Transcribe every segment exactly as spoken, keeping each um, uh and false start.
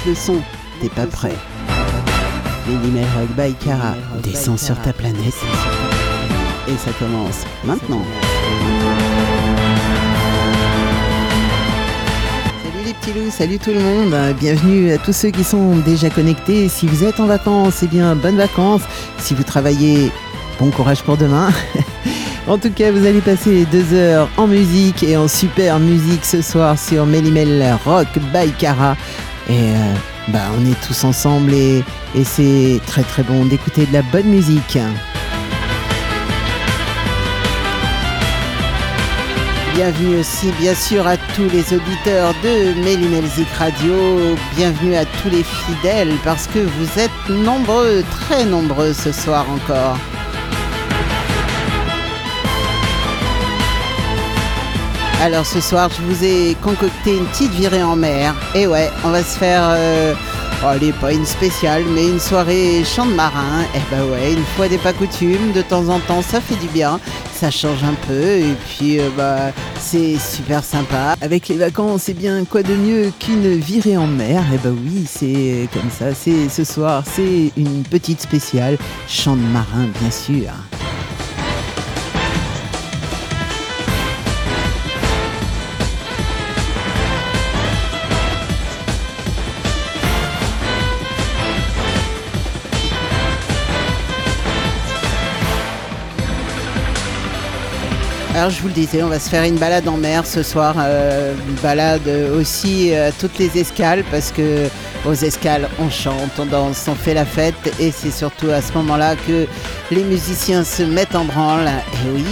le son, t'es pas prêt. Minimal Rock by Cara descend sur ta planète. Et ça commence maintenant. Salut les petits loups, salut tout le monde. Bienvenue à tous ceux qui sont déjà connectés. Si vous êtes en vacances, eh bien bonnes vacances. Si vous travaillez, bon courage pour demain. En tout cas, vous allez passer deux heures en musique et en super musique ce soir sur Mélimel Rock by Cara. Et euh, bah, on est tous ensemble et, et c'est très très bon d'écouter de la bonne musique. Bienvenue aussi bien sûr à tous les auditeurs de Mélimel Zik Radio. Bienvenue à tous les fidèles parce que vous êtes nombreux, très nombreux ce soir encore. Alors ce soir, je vous ai concocté une petite virée en mer. Et ouais, on va se faire, euh, oh, allez, pas une spéciale, mais une soirée chant de marin. Et bah ouais, une fois des pas coutumes, de temps en temps, ça fait du bien. Ça change un peu et puis euh, bah c'est super sympa. Avec les vacances, eh bien quoi de mieux qu'une virée en mer? Et bah oui, c'est comme ça. C'est ce soir, c'est une petite spéciale chant de marin, bien sûr. Alors je vous le disais, on va se faire une balade en mer ce soir, euh, une balade aussi à toutes les escales parce que aux escales on chante, on danse, on fait la fête et c'est surtout à ce moment-là que les musiciens se mettent en branle. Et oui.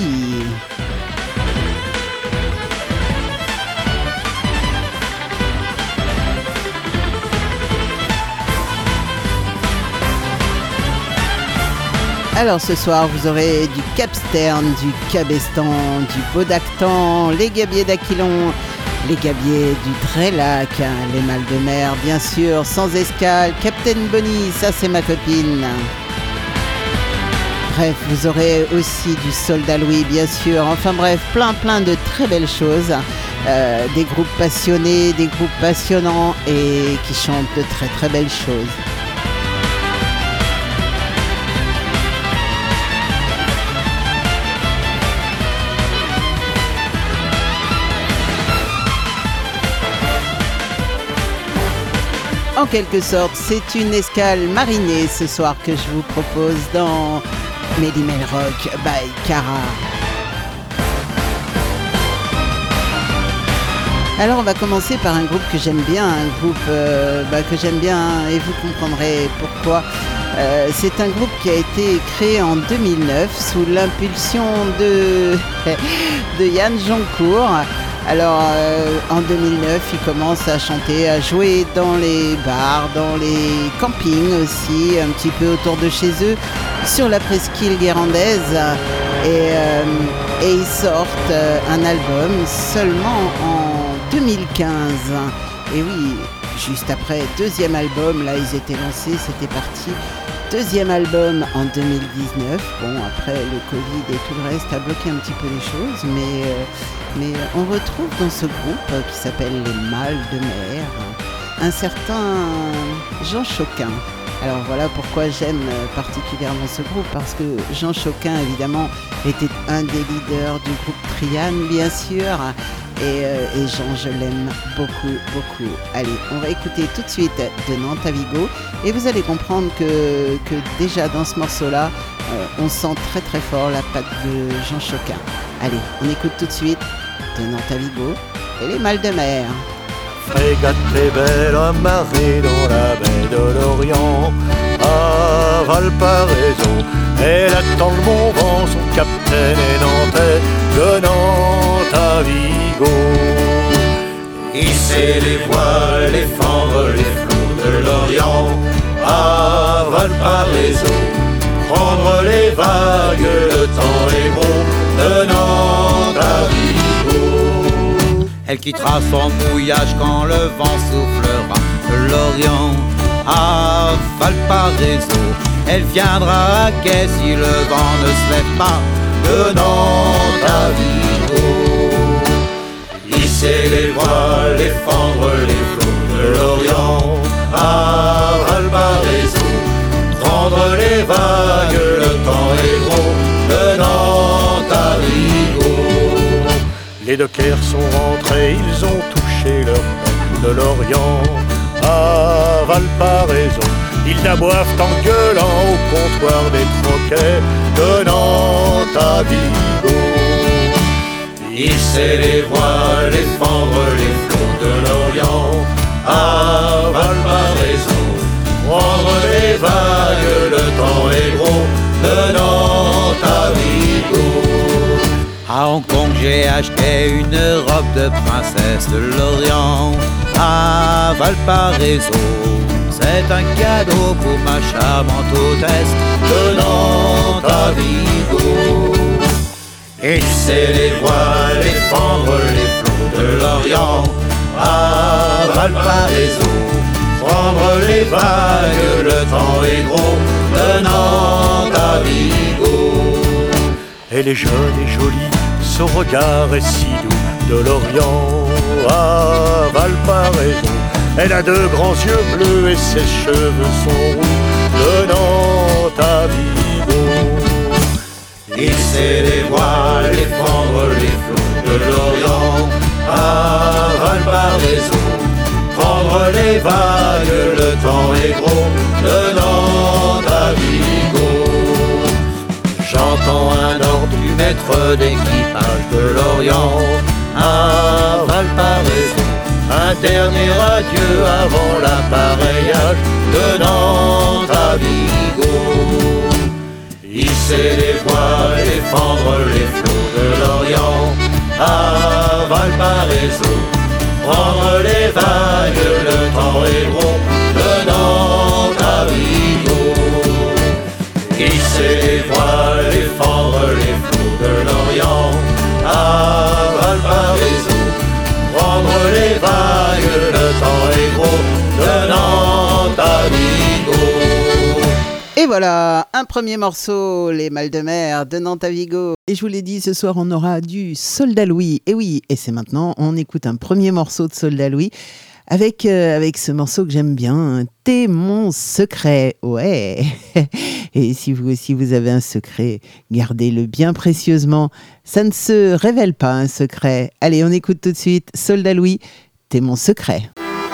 Alors ce soir, vous aurez du Capstern, du Cabestan, du Baudactan, les gabiers d'Aquilon, les gabiers du Drélac, les mâles de mer, bien sûr, sans escale, Captain Bonnie, ça c'est ma copine. Bref, vous aurez aussi du Soldat Louis, bien sûr, enfin bref, plein plein de très belles choses. Euh, des groupes passionnés, des groupes passionnants et qui chantent de très très belles choses. En quelque sorte, c'est une escale marinée ce soir que je vous propose dans Mélimel Rock by Cara. Alors on va commencer par un groupe que j'aime bien, un groupe euh, bah, que j'aime bien et vous comprendrez pourquoi. Euh, c'est un groupe qui a été créé en deux mille neuf sous l'impulsion de, de Yann Joncourt. Alors euh, en deux mille neuf, ils commencent à chanter, à jouer dans les bars, dans les campings aussi, un petit peu autour de chez eux, sur la presqu'île guérandaise. Et, euh, et ils sortent euh, un album seulement en deux mille quinze. Et oui, juste après, deuxième album, là ils étaient lancés, c'était parti. Deuxième album en deux mille dix-neuf. Bon, après le Covid et tout le reste a bloqué un petit peu les choses, mais, euh, mais on retrouve dans ce groupe qui s'appelle Les Mâles de Mer un certain Jean Choquin. Alors voilà pourquoi j'aime particulièrement ce groupe, parce que Jean Choquin, évidemment, était un des leaders du groupe Triane, bien sûr. Et, euh, et Jean, je l'aime beaucoup, beaucoup. Allez, on va écouter tout de suite de Nantes à Vigo. Et vous allez comprendre que, que déjà dans ce morceau-là, euh, on sent très très fort la patte de Jean Choquin. Allez, on écoute tout de suite de Nantes à Vigo et Les Mâles de Mer. Frégate est belle amarrée dans la baie de l'Orient, à Valparaiso. Elle attend le bon vent, son capitaine est nantais, de Nantes à Vigo. Hisser les voiles, les fendre les flots de l'Orient, à Valparaiso. Prendre les vagues, le temps est bon, de Nantes à Vigo. Elle quittera son mouillage quand le vent soufflera de l'Orient à Valparaiso. Elle viendra à quai si le vent ne se lève pas, de Nantes à Vigo. Hisser les voiles, les fendre les flots de l'Orient à Valparaiso. Prendre les vagues, le temps est gros, de Nantes à Vigo. Les dockers sont rentrés, ils ont touché leur peine de l'Orient à Valparaiso. Ils la boivent en gueulant au comptoir des troquets de Nantes à Vigo. Hisser les voiles et fendre les flots de l'Orient à Valparaiso. Prendre les vagues, le temps est gros, de Nantes à Vigo. À Hong Kong j'ai acheté une robe de princesse de l'Orient à Valparaiso. C'est un cadeau pour ma charmante hôtesse de Nantes à Vigo. Hisser les voiles et fendre les flots de l'Orient à Valparaiso. Prendre les vagues, le temps est gros, de Nantes à Vigo. Elle est jeune et jolie, son regard est si doux, de l'Orient à Valparaiso. Elle a de grands yeux bleus et ses cheveux sont roux, de Nantes à Vigo. Hisser les voiles et fendre les flots de l'Orient à Valparaiso. Prendre les vagues, le temps est gros, de Nantes à Vigo. J'entends un ordre du maître d'équipage de l'Orient à Valparaiso. Un dernier adieu avant l'appareillage de Nantes à Vigo. Hisser les voiles et fendre les flots de l'Orient à Valparaiso. Prendre les vagues, le temps est gros, de Nantes à Vigo. Hisser les voiles et fendre les flots de l'Orient à Valparaiso. Prendre les vagues, le temps est gros, de Nantes à Vigo. Et voilà, un premier morceau, Les Mal de Mer de Nantes à Vigo. Et je vous l'ai dit, ce soir on aura du Soldat Louis. Et oui, et c'est maintenant, on écoute un premier morceau de Soldat Louis avec, euh, avec ce morceau que j'aime bien, T'es mon secret. Ouais. Et si vous aussi vous avez un secret, gardez-le bien précieusement. Ça ne se révèle pas un secret. Allez, on écoute tout de suite Soldat Louis, T'es mon secret.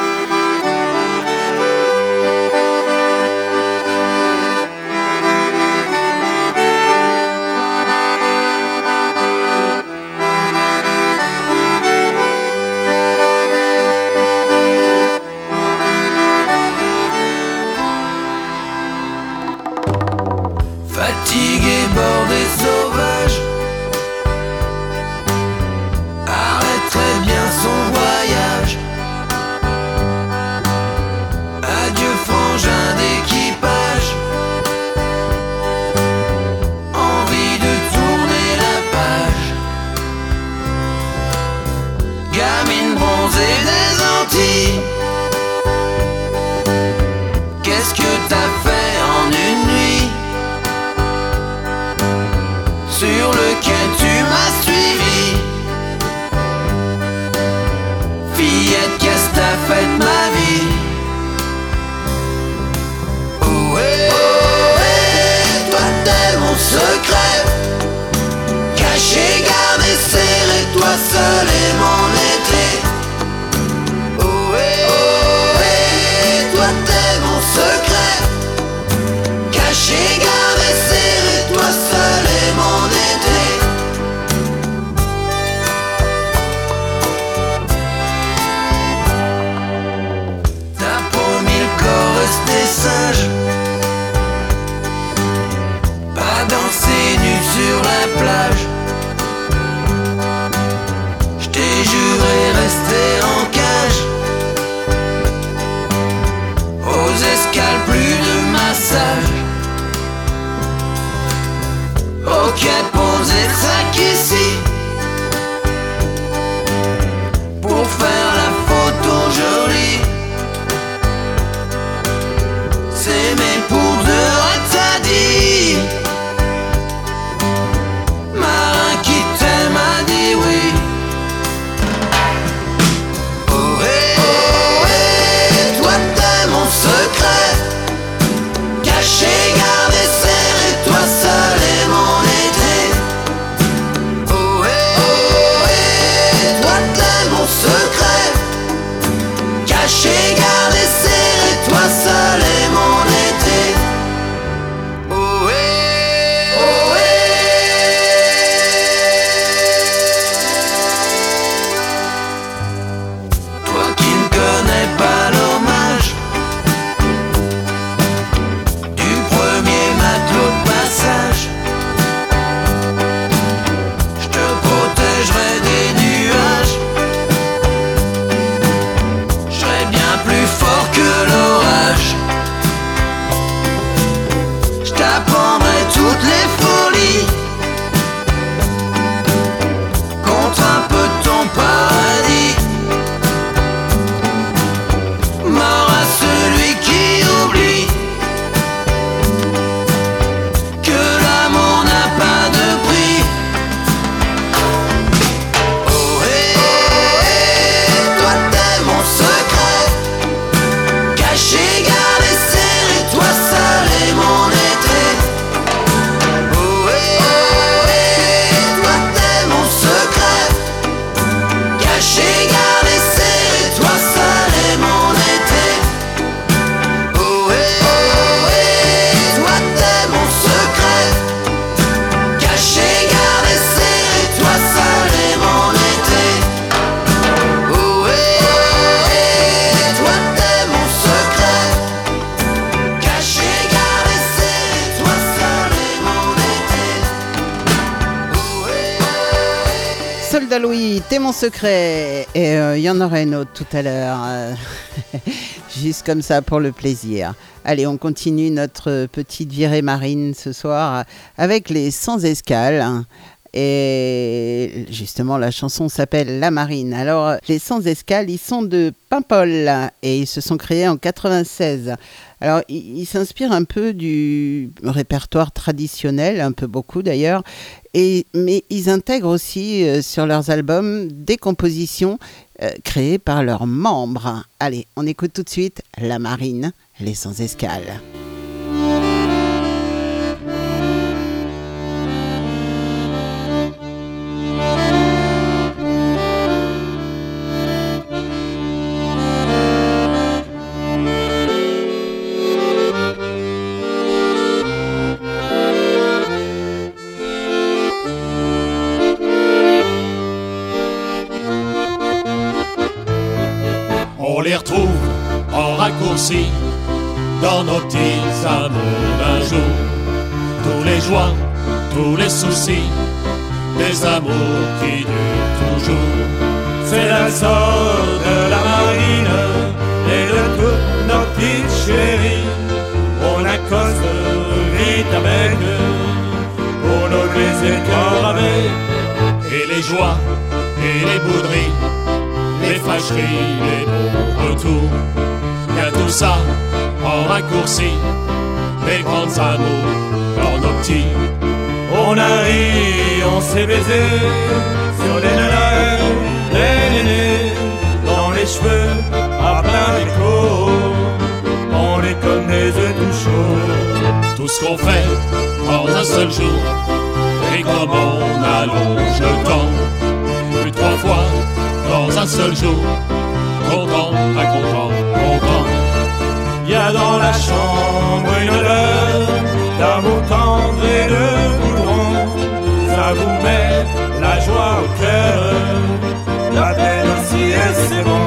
Fatigué, bordé, sauvage, arrêterait bien son voyage. Adieu frangin d'équipage, envie de tourner la page. Gamine bronzée des Antilles, qu'est-ce que t'as fait en une nuit? Sur lequel tu m'as suivi. Fillette, qu'est-ce que t'as fait de ma vie? Oh ouais, oh ouais, toi t'es mon secret, caché, gardé, serré, toi seul et mon été. Oh ouais, oh ouais, toi t'es mon secret, caché, gardé, serré, toi seul et mon été. T'as promis le corps resté sage, pas danser nu sur la plage. J't'ai juré rester en cage, aux escales plus de massage. Ok, posez le sac ici pour faire la photo jolie. C'est mes pour deux, t'as dit. Marin qui t'aime a dit oui. Oh hey, oh hey, toi t'es mon Soldat Louis, t'es mon secret. Et il euh, y en aura une autre tout à l'heure. Euh, juste comme ça pour le plaisir. Allez, on continue notre petite virée marine ce soir avec les Sans Escale. Et justement, la chanson s'appelle La Marine. Alors, les Sans Escale, ils sont de Paimpol et ils se sont créés en quatre-vingt-seize. Alors, ils, ils s'inspirent un peu du répertoire traditionnel, un peu beaucoup d'ailleurs, et, mais ils intègrent aussi euh, sur leurs albums des compositions euh, créées par leurs membres. Allez, on écoute tout de suite La Marine, les Sans Escale. On les retrouve en raccourci dans nos petits amours d'un jour. Tous les joies, tous les soucis, des amours qui durent toujours. C'est la sort de la marine et de toutes nos petites chéries. On accoste vite avec eux pour nos baisers gravés. Et les joies et les bouderies, les fâcheries, les bons retours, y'a tout ça en raccourci, les grandes amours dans nos petits. On a ri, on s'est baisé sur les nanas, les nénés, dans les cheveux à plein d'écho. On les connaît de tout chaud. Tout ce qu'on fait dans un seul jour, et comme on allonge le temps, plus trois fois dans un seul jour, content, pas content, content. Il y a dans la chambre une odeur d'amour tendre et de goudron. Ça vous met la joie au cœur, la peine aussi et c'est bon.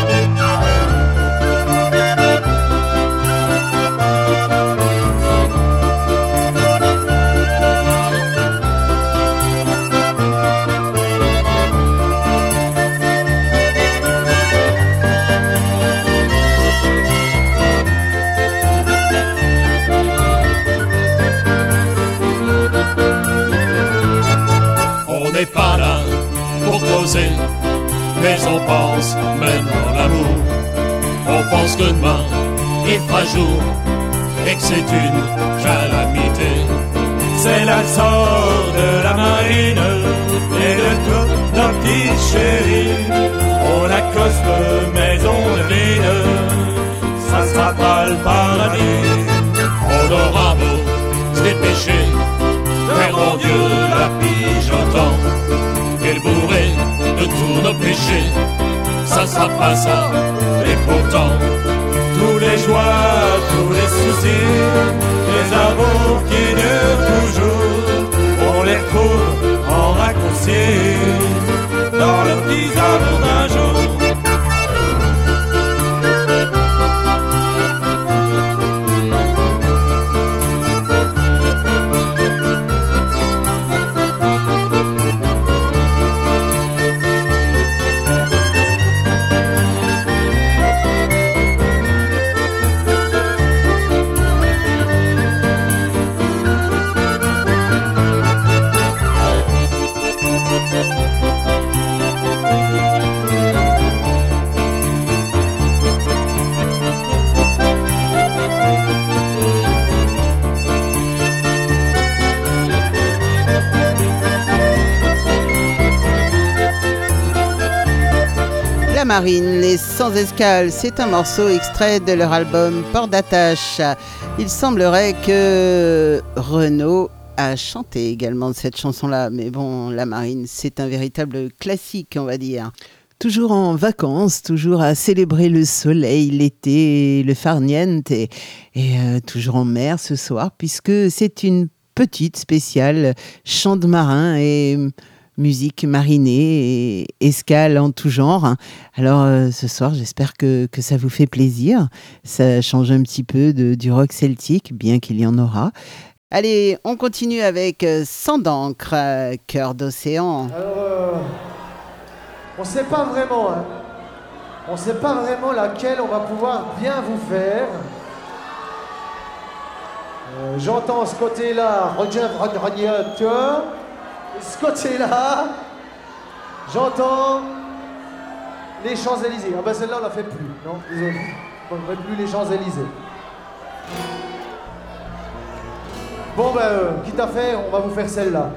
On n'est pas là pour causer, mais on pense même dans l'amour. On pense que demain il fera jour et que c'est une calamité. C'est la sort de la marine et de toutes nos petites chéries. On accoste maison de ville, ça sera pas le paradis. On aura beau se dépêcher, faire mon Dieu la pige au temps, et le bourré de tous nos péchés, ça sera pas ça. Et pourtant, tous les joies, tous les soucis, les amours qui durent toujours, on les retrouve en raccourci dans le petit amour d'un jour. Marine, les Sans Escale, c'est un morceau extrait de leur album Port d'attache. Il semblerait que Renaud a chanté également cette chanson-là, mais bon, La Marine, c'est un véritable classique, on va dire. Toujours en vacances, toujours à célébrer le soleil, l'été, le farniente, et, et euh, toujours en mer ce soir, puisque c'est une petite spéciale chant de marin et musique marinée et escale en tout genre. Alors euh, ce soir, j'espère que, que ça vous fait plaisir. Ça change un petit peu de, du rock celtique, bien qu'il y en aura. Allez, on continue avec euh, Sang d'encre, euh, Cœur d'océan. Alors, euh, on sait pas vraiment, hein. On sait pas vraiment laquelle on va pouvoir bien vous faire. Euh, J'entends ce côté-là, radiateur. Ce côté-là, j'entends les Champs-Élysées. Ah ben celle-là on la fait plus, non, désolé. On ne fait plus les Champs-Élysées. Bon ben, euh, quitte à faire, on va vous faire celle-là.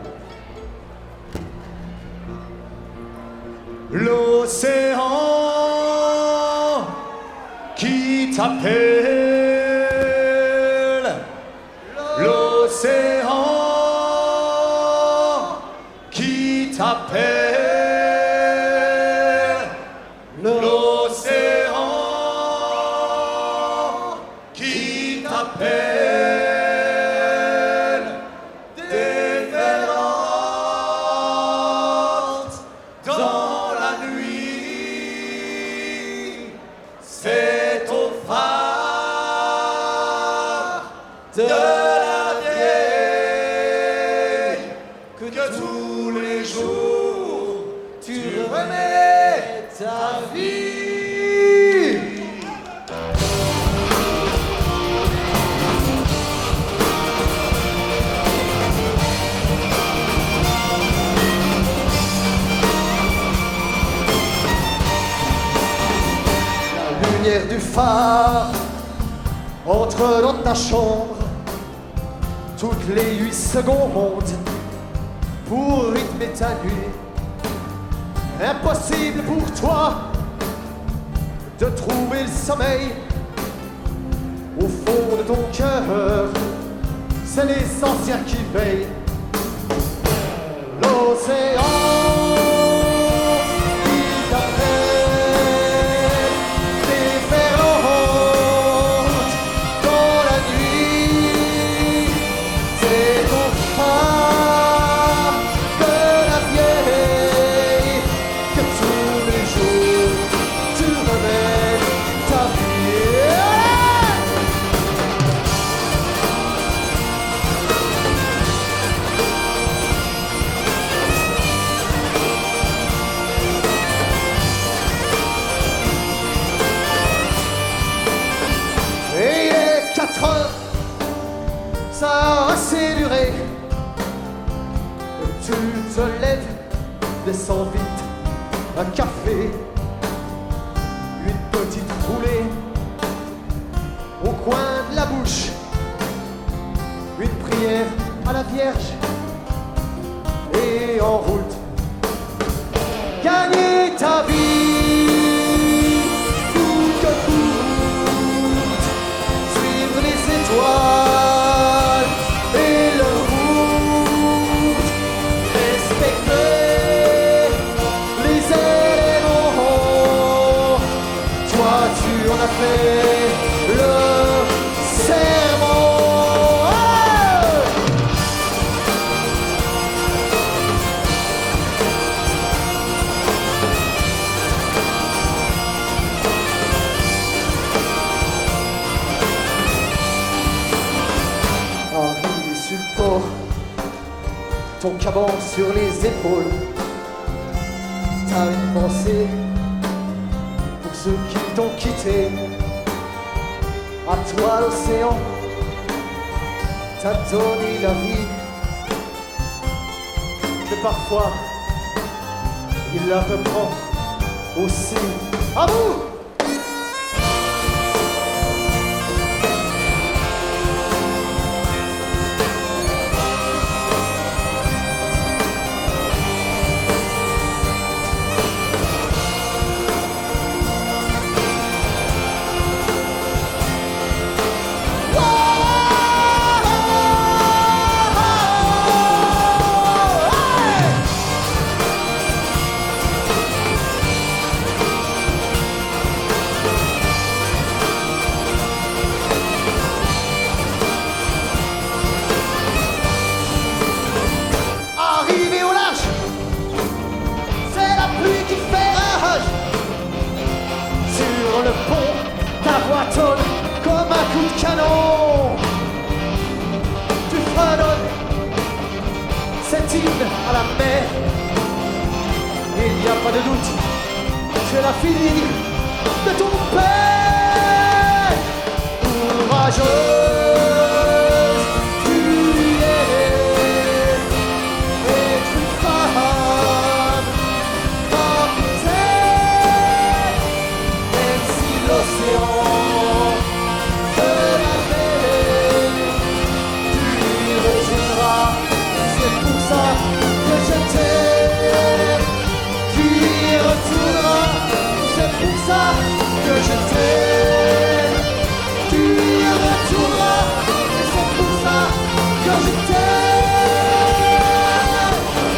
L'océan qui t'appelle, l'océan qui t'appelle, l'océan qui t'appelle, déferlante dans la nuit, c'est au phare de la vieille que tous les jours tu remets ta vie. La lumière du phare entre dans ta chambre toutes les huit secondes pour rythmer ta nuit. Impossible pour toi de trouver le sommeil au fond de ton cœur. C'est l'essentiel qui veille. L'océan qui t'appelle, déferlante dans la nuit, c'est ton phare de la vieille que tous les jours tu remets ta vie. Et il est quatre heures, ça a assez duré. Tu te lèves, descends vite, un café, une petite roulée au coin de la bouche, une prière à la Vierge et en route. Gagner ta vie, coûte que coûte, suivre les étoiles et leur route, respecter les éléments. Toi tu en as fait le serment. Arrivé sur le port, ton caban sur les épaules, t'as une pensée pour ceux qui t'ont quitté. À toi l'océan t'a donné la vie, mais parfois il la reprend aussi. À vous! Arrivé au large, c'est la pluie qui fait rage. Sur le pont, ta voix tonne comme un coup de canon. Tu feras c'est la fille de ton père. Courageuse, tu es une femme capitaine, même si l'océan te la mêle, tu y retourneras, c'est pour ça que je t'aime. Tu y retourneras, c'est pour ça que je t'aime. Tu y retourneras, c'est pour ça que je t'aime.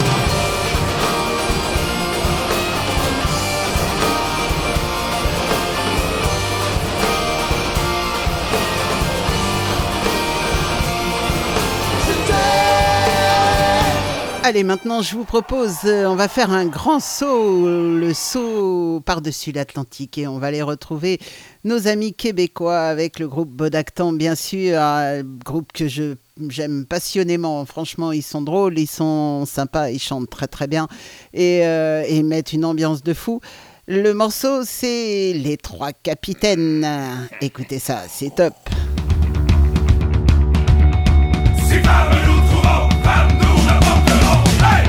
Je t'aime. Allez, maintenant je vous propose, euh, on va faire un grand saut, le saut par-dessus l'Atlantique et on va aller retrouver nos amis québécois avec le groupe Bodactan, bien sûr, un groupe que je j'aime passionnément. Franchement, ils sont drôles, ils sont sympas, ils chantent très très bien et, euh, et mettent une ambiance de fou. Le morceau, c'est Les Trois Capitaines. Écoutez ça, c'est top. Si femme nous trouvons, femme nous rapporterons. Hey!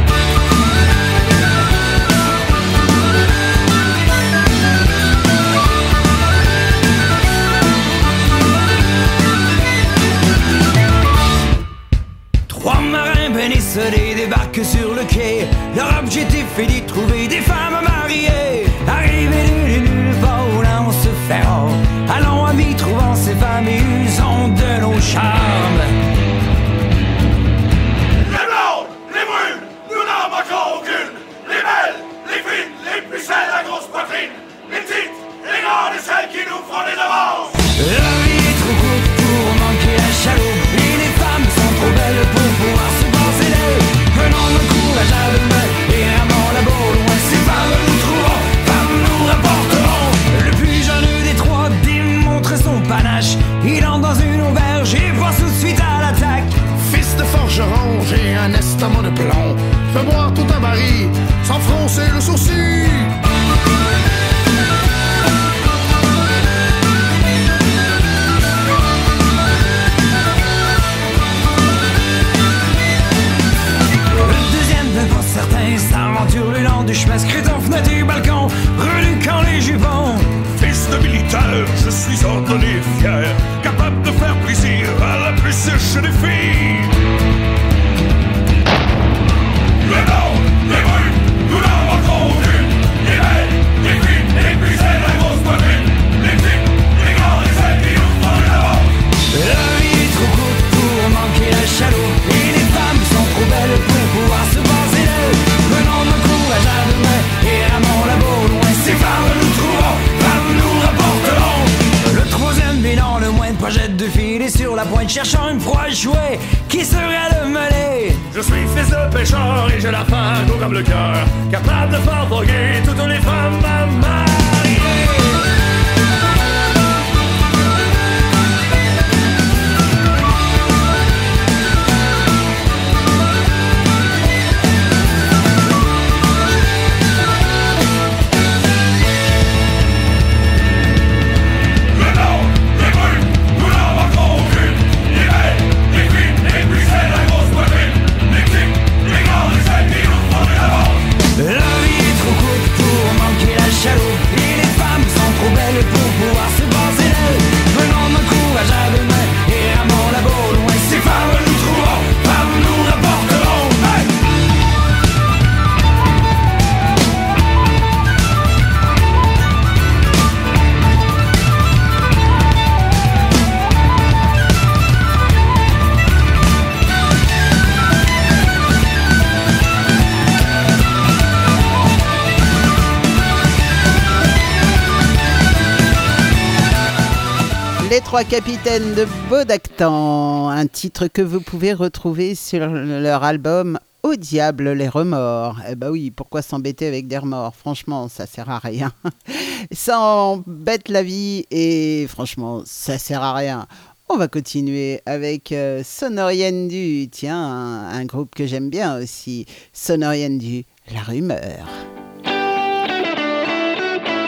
Trois marins ben esselés débarquent sur le quai. Leur objectif est d'y trouver des femmes mariées. Arrivés de nulle part où l'on se fait rare. Allons amis, trouvons ces femmes et usons de nos charmes. Les blondes, les brunes, nous n'en manquons aucune. Les belles, les fines, les plus celles à grosse poitrine. Les petites, les grandes et celles qui nous feront des avances. La vie est trop courte pour manquer la chaloupe. Et les femmes sont trop belles pour pouvoir se passer d'elles. Prenons le courage à deux mains et ramons la boule loin. Ces femmes nous trouveront, femmes nous rapporteront. Le plus jeune des trois démontre son panache. Il entre dans une auberge et passe tout de suite à l'attaque. Fils de forgeron, j'ai un estomac de plomb. Fais boire tout un baril, sans froncer le sourcil. Le deuxième, pour certains, s'aventure le long du chemin, scrutant fenêtre et balcon, reluquant les jupons. Fils de militaire, je suis ordonné et fier, capable de faire plaisir à la plus sèche des filles. Les blondes, les brunes, nous n'en manquons aucune. Les belles, les fines, les plus celles à grosse poitrine. Les petites, les grandes et celles qui nous font de l'avance. La vie est trop courte pour manquer la chaloupe. Et les femmes sont trop belles pour pouvoir se passer d'elles. Prenons le courage à deux mains et ramons la boule loin. Ces femmes nous trouveront, femmes nous rapporteront. Le troisième bilan, le moins de projette de filer sur la pointe, cherchant une proie jouée qui serait le mêlé. Je suis fils de pêcheur et j'ai la faim gros comme le cœur, capable de faire voguer toutes les femmes à marier. Les blondes, les brunes, nous n'en manquons aucune. Les belles, les fines, les plus celles à grosse poitrine. Les petites, les grandes et celles qui nous font de l'avance. La vie est trop courte pour manquer la chaloupe. Et les femmes sont trop belles pour pouvoir se passer d'elles. Prenons le courage à deux mains et ramons la boule loin. Ces femmes nous trouveront, femmes nous rapporteront. Hey! Les Trois Capitaines de Bodactan, un titre que vous pouvez retrouver sur leur album Au diable les remords. Eh ben oui, pourquoi s'embêter avec des remords? Franchement, ça sert à rien. Ça embête la vie et franchement, ça sert à rien. On va continuer avec euh, Sonoriendu, tiens, un, un groupe que j'aime bien aussi. Sonoriendu, La Rumeur.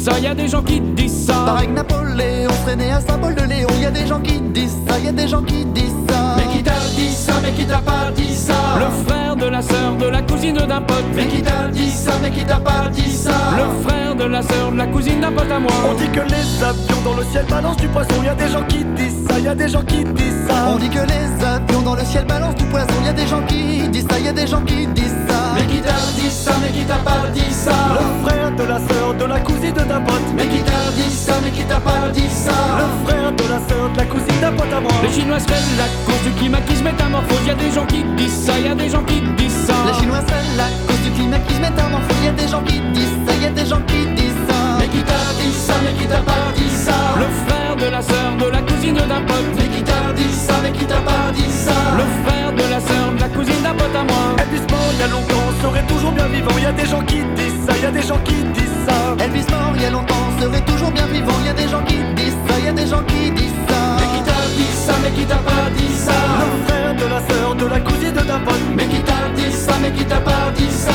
ça, y a des gens qui disent ça. Pareil que Napoléon serait né à Saint-Paul-de-Léon. Y a des gens qui disent ça, y a des gens qui disent ça. Mais qui t'a dit ça, mais qui t'a pas dit ça. Le frère de la sœur, de la cousine d'un pote. Mais qui t'a dit ça, mais qui t'a pas dit ça. Le frère de la sœur, de la cousine d'un pote à moi. On dit que les avions dans le ciel balancent du poisson. Y a des gens qui disent ça, y a des gens qui disent ça. On dit que les avions dans le ciel balancent du poisson. Y a des gens qui disent ça, y a des gens qui disent ça. Mais qui t'a dit ça, mais qui t'a pas dit ça. Le frère de la sœur, de la cousine d'un pote. Mais qui t'a dit ça, mais qui t'a pas dit ça. Le frère de la sœur, de la cousine d'un pote à moi. Les Chinois seraient la cause du climat qui se métamorphose. Y a des gens qui disent ça, y a des gens qui disent ça. Les Chinois seraient la cause du climat qui se métamorphose. Y a des gens qui disent ça, y a des gens qui disent ça. Mais qui t'a dit ça, mais qui t'a pas dit ça. Le frère de la sœur, de la cousine d'un pote. Mais qui t'a dit ça, mais qui t'a pas dit ça. Le frère de la sœur, de la cousine d'un pote à moi. Elvis mort il y a longtemps, serait toujours bien vivant. Y a des gens qui disent ça, y a des gens qui disent ça. Elvis mort il y a longtemps, serait toujours bien vivant. Y a des gens qui disent ça, y a des gens qui disent ça. Mais qui t'a dit ça, mais qui t'a pas dit ça. Le frère de la sœur, de la cousine d'un pote. Mais qui t'a dit ça, mais qui t'a pas dit ça.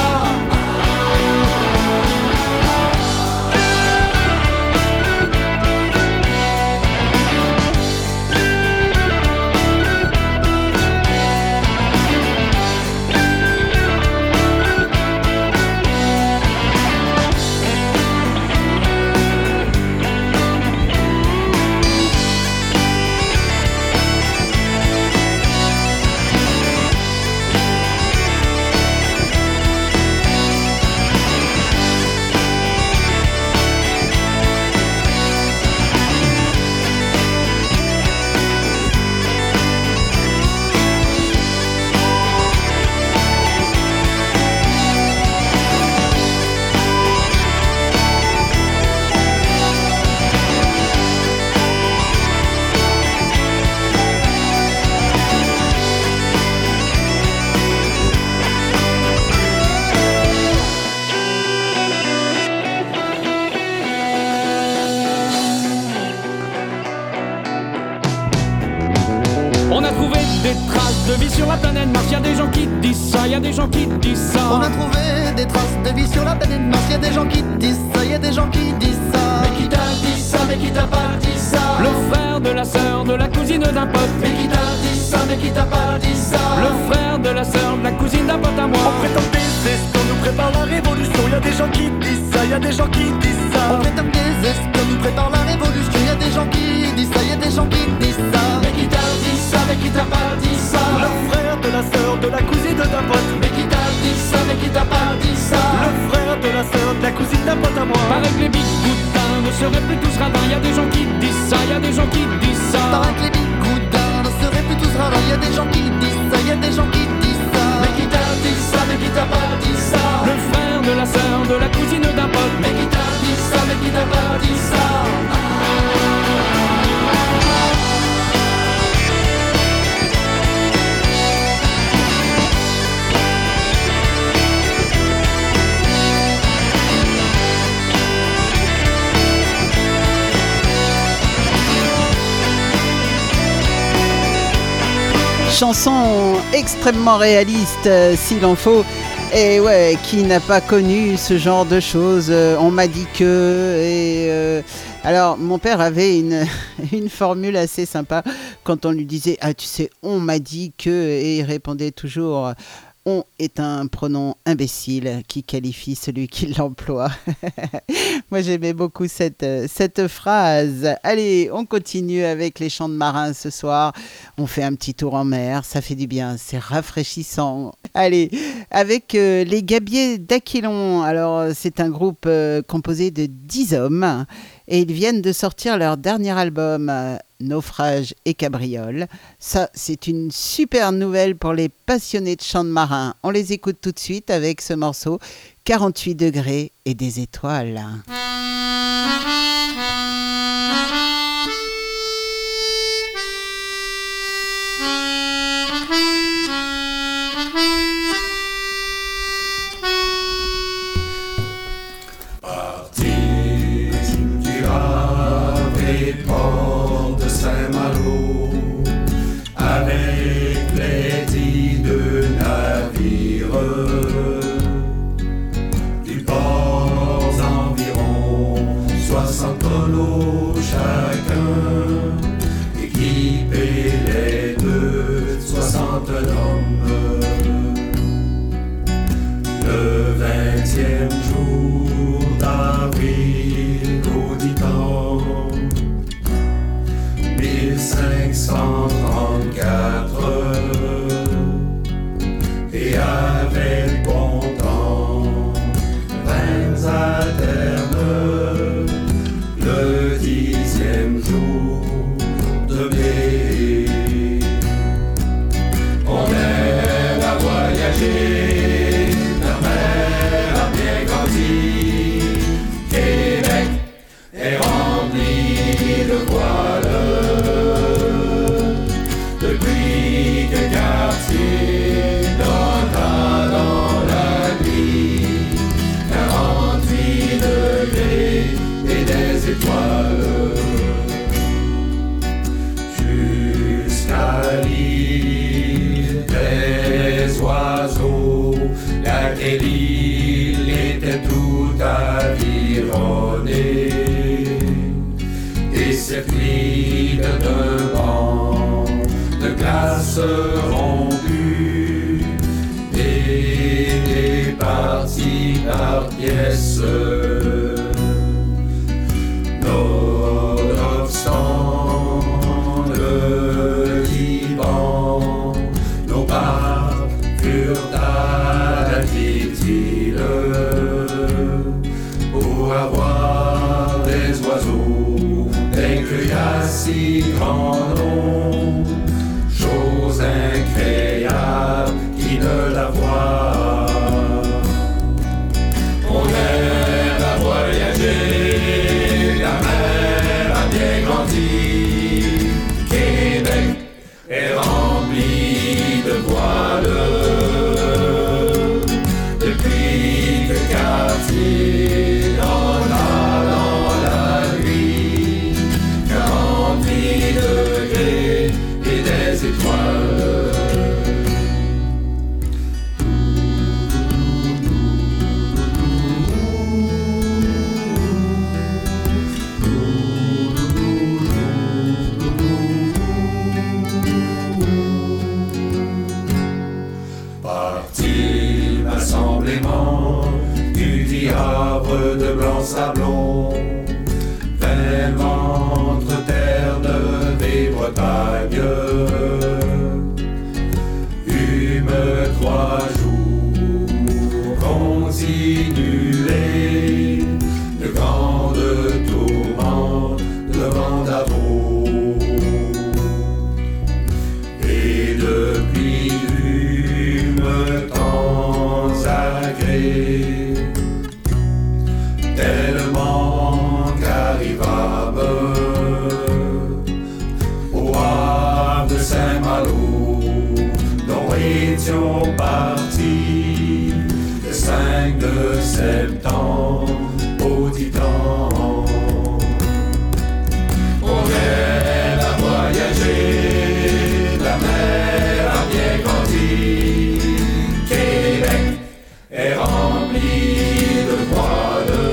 De vie sur la planète Mars, y a des gens qui disent ça, y a des gens qui disent ça. On a trouvé des traces de vie sur la planète Mars, y a des gens qui disent ça, y a des gens qui disent ça. Mais qui t'a dit ça, mais qui t'a pas dit ça. Le frère de la sœur, de la cousine d'un pote. Mais qui t'a dit ça, mais qui t'a pas dit ça. Le frère de la sœur, de la cousine d'un pote à moi. On prétend que des espions nous préparent la révolution. Y a des gens qui disent ça, y a des gens qui disent ça. On prétend que des espions nous préparent la révolution. Y a des gens qui disent ça, y a des gens qui disent ça. Mais qui t'a dit ça, mais qui t'a pas dit ça. Le frère de la sœur, de la cousine d'un pote. Mais qui t'a dit ça, mais qui t'a pas dit ça. Le frère de la sœur, de la cousine d'un pote à moi. Paraît que les bigoudins ne seraient plus tous radins. Y a des gens qui disent ça, y a des gens qui disent ça. Paraît que les bigoudins ne seraient plus tous radins. Y a des gens qui disent ça, y a des gens qui disent ça. Mais qui t'a dit ça, mais qui t'a pas dit ça. Le frère de la sœur, de la cousine d'un pote. Mais qui t'a dit ça, mais qui t'a pas dit ça. Chanson extrêmement réaliste, euh, s'il en faut. Et ouais, qui n'a pas connu ce genre de choses. euh, On m'a dit que... Et euh, alors, mon père avait une, une formule assez sympa quand on lui disait « Ah, tu sais, on m'a dit que... » Et il répondait toujours « On est un pronom imbécile qui qualifie celui qui l'emploie. » Moi, j'aimais beaucoup cette, cette phrase. Allez, on continue avec les chants de marins ce soir. On fait un petit tour en mer, ça fait du bien, c'est rafraîchissant. Allez, avec euh, les Gabiers d'Aquilon. Alors, c'est un groupe euh, composé de dix hommes et ils viennent de sortir leur dernier album, euh, Naufrage et Cabriole. Ça, c'est une super nouvelle pour les passionnés de chants de marins. On les écoute tout de suite avec ce morceau, quarante-huit degrés et des étoiles. Du port environ même jour de mai. On aime à voyager, la mer a bien grandi. Québec est rempli de voiles depuis que quartier donna dans la nuit quarante-huit degrés et des étoiles jusqu'à l'île des oiseaux, laquelle île était tout avironnée et s'effrite d'un vent de glace rompue et est parti par pièces. Nonobstant le Liban, nos pas furent à la petite île pour avoir des oiseaux, des cueils à si grand nombre, chose incroyable qui ne la voit. On aime à voyager, la mer a bien grandi. Québec est rempli de voiles depuis que quartier donna dans la nuit quarante-huit degrés et des étoiles. Parti l'assemblement du diable de blanc sablon, vainement entre Terre-Neuve et Bretagne, hume trois jours continués de grandes tourments de vent d'Avaux et depuis hume temps agré tellement qu'arrivâmes au havre de Saint-Malo, dont étions partis le cinq de septembre au Titan. On aime à voyager, la mer a bien grandi. Québec est rempli de voiles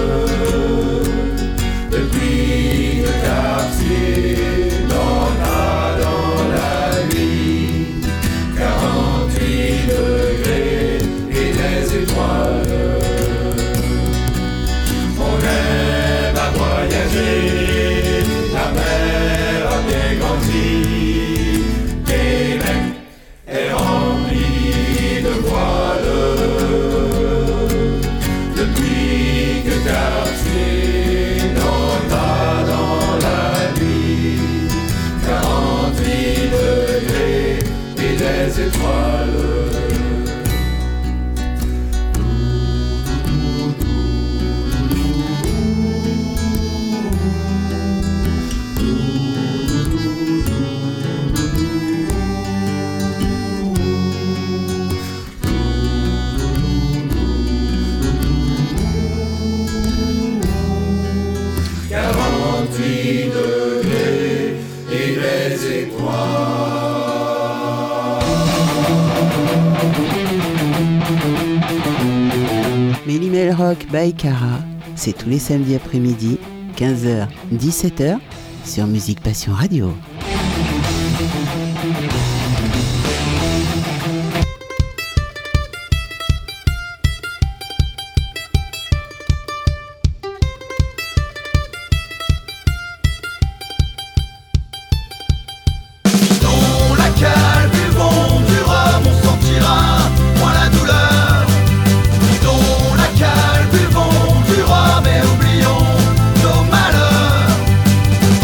depuis que quartier donna dans la nuit quarante-huit degrés et des étoiles. On aime à voyager, la mer a bien grandi. Québec est rempli de voiles depuis que quartier donna dans la nuit quarante-huit degrés et des étoiles. quarante-huit degrés et des étoiles. Méli-Mél Rock by Cara, c'est tous les samedis après-midi, quinze heures dix-sept heures, sur Musique Passion Radio. Dans la cale, buvons du rhum, on sentira moins la douleur. Dans la cale, buvons du rhum et oublions nos malheurs.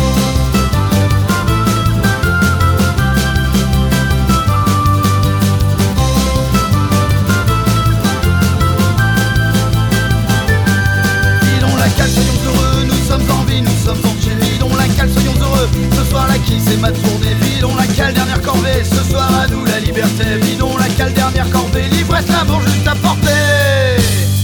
qui c'est ma tournée. Vidons la cale, dernière corvée, ce soir à nous la liberté. Vidons la cale, dernière corvée, l'ivresse, l'amour juste à portée.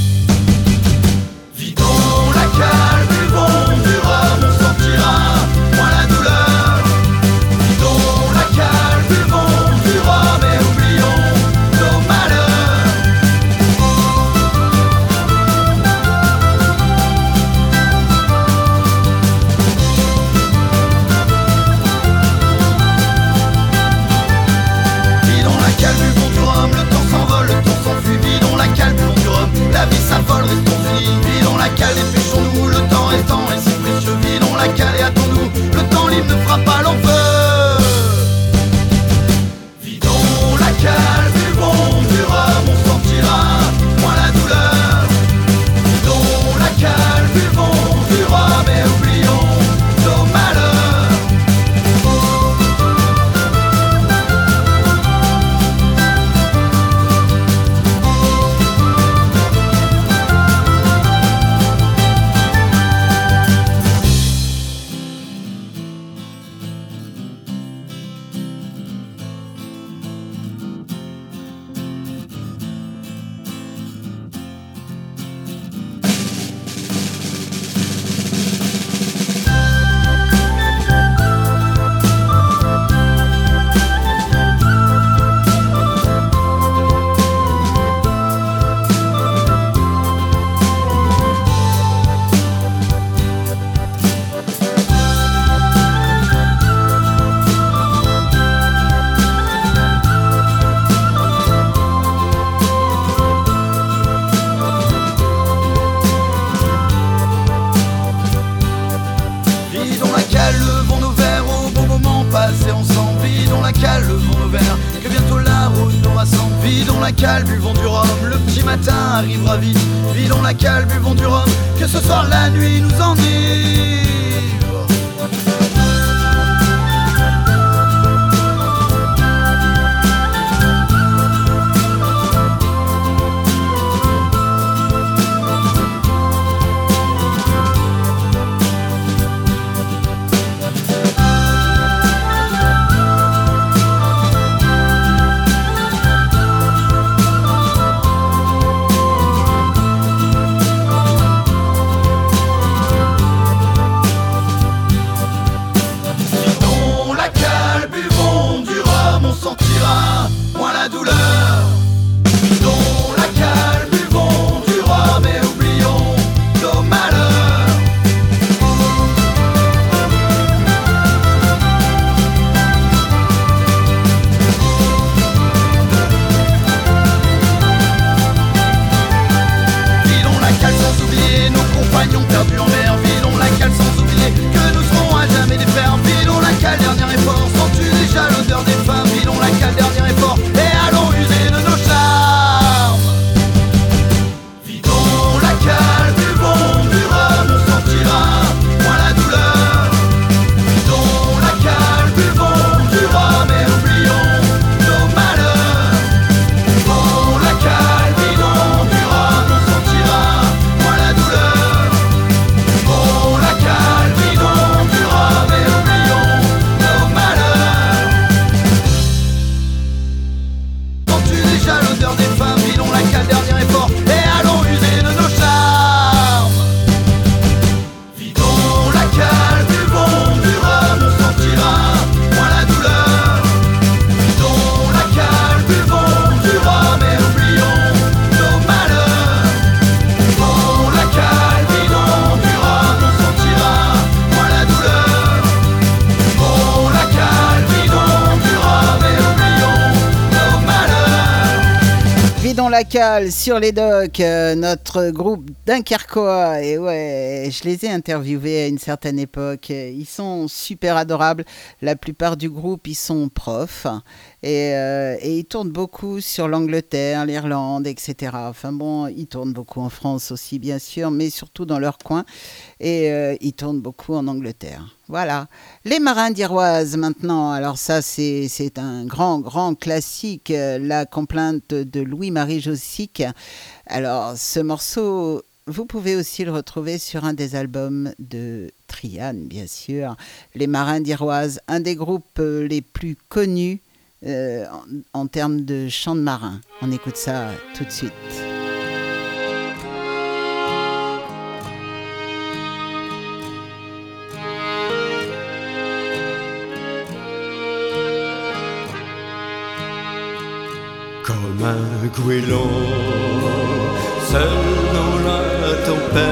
Vidons la cale, buvons du rhum, on sentira moins la douleur. Vidons la cale, buvons du rhum et oublions nos malheurs. Vidons la cale, buvons du rhum, le temps s'envole, le temps s'enfuit. Vidons la cale, buvons du rhum, la vie s'affole, restons unis. Vidons la cale, dépêchons-nous, le temps restant est si précieux. Vidons la cale et attends-nous, le temps libre ne fera pas long feu. Vidons la cale, buvons du rhum, on sentira moins la douleur. Vidons la cale, buvons du rhum et oublions nos malheurs. Vidons la cale, levons nos verres au bon moment passé ensemble. Vidons la cale, levons nos verres, que bientôt la route nous rassemble. Vidons la cale, buvons du rhum, le petit matin arrivera vite. Vidons la cale, buvons du rhum, que ce soir la nuit nous enivre. Vidons la cale, buvons du rhum, on sentira moins la douleur. Vidons la cale, buvons du rhum et oublions nos malheurs. Vidons la cale sans oublier nos compagnons perdus en mer. Vidons la cale sans oublier que nous serons à jamais des frères. Vidons la cale, dernier effort, sens-tu déjà l'odeur des femmes? Vidons la cale, dernier effort, et allons user de nos charmes. Vidons la cale, buvons du rhum, on sentira moins la douleur. Vidons la cale, buvons du rhum et oublions nos malheurs. Vidons la cale, buvons du rhum, on sentira moins la douleur. Vidons la cale, buvons du rhum et oublions nos malheurs. Sens-tu déjà l'odeur des femmes? Vidons la cale, dernier effort, et allons user de nos charmes. Vidons la cale, buvons du rhum, on sentira moins la douleur. Vidons la cale, buvons du rhum et oublions nos malheurs. Vidons la cale, buvons du rhum, on sentira moins la douleur. Vidons la cale, buvons du rhum et oublions nos malheurs. Vidons la cale sur les docks, euh, notre groupe Dunkerquois. Et ouais, je les ai interviewés à une certaine époque. Ils sont super adorables. La plupart du groupe, ils sont profs. Et, euh, et ils tournent beaucoup sur l'Angleterre, l'Irlande, et cetera. Enfin bon, ils tournent beaucoup en France aussi, bien sûr, mais surtout dans leur coin. Et euh, ils tournent beaucoup en Angleterre. Voilà. Les Marins d'Iroise maintenant. Alors ça, c'est, c'est un grand, grand classique. La complainte de Louis-Marie Jossic. Alors, ce morceau vous pouvez aussi le retrouver sur un des albums de Triane, bien sûr, Les Marins d'Iroise, un des groupes les plus connus euh, en, en termes de chant de marin. On écoute ça tout de suite. Comme un goéland, seul dans la tempête,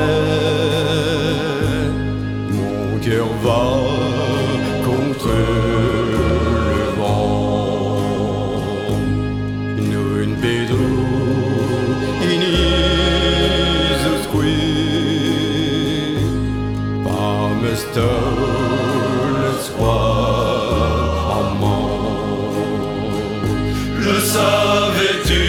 mon cœur va contre le vent. Non vedo in Isusque, pas me l'espoir en moi. Le savais-tu,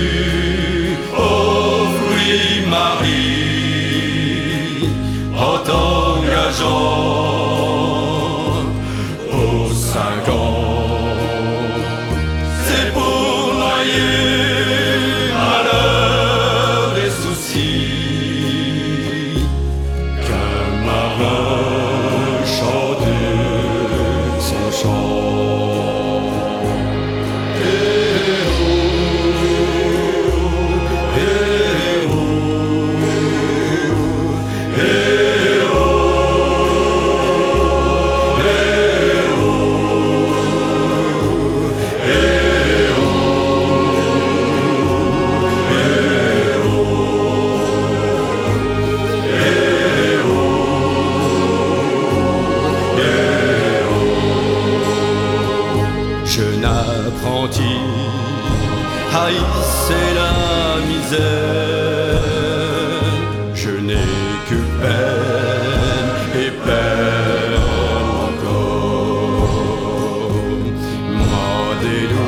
ô fruit Marie, en t'engageant aux cinq ans, c'est pour noyer malheur et soucis qu'un marin chante son chant. Haïssez la misère, je n'ai que peine et peine encore. Madelu,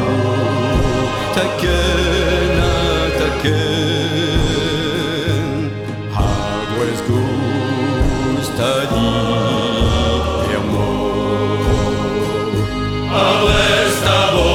taken, taken, agues gustadi hermo. Arrestavo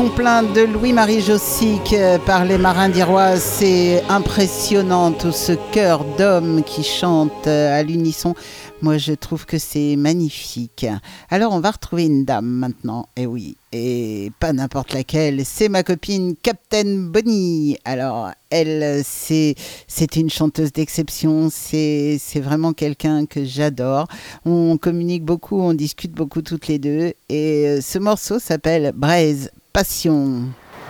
complainte de Louis-Marie Jossic par les Marins d'Iroise, c'est impressionnant, tout ce chœur d'hommes qui chantent à l'unisson. Moi, je trouve que c'est magnifique. Alors, on va retrouver une dame maintenant, et oui, et pas n'importe laquelle, c'est ma copine Captain Bonnie. Alors, elle, c'est, c'est une chanteuse d'exception, c'est, c'est vraiment quelqu'un que j'adore. On communique beaucoup, on discute beaucoup toutes les deux, et ce morceau s'appelle Braise Passion.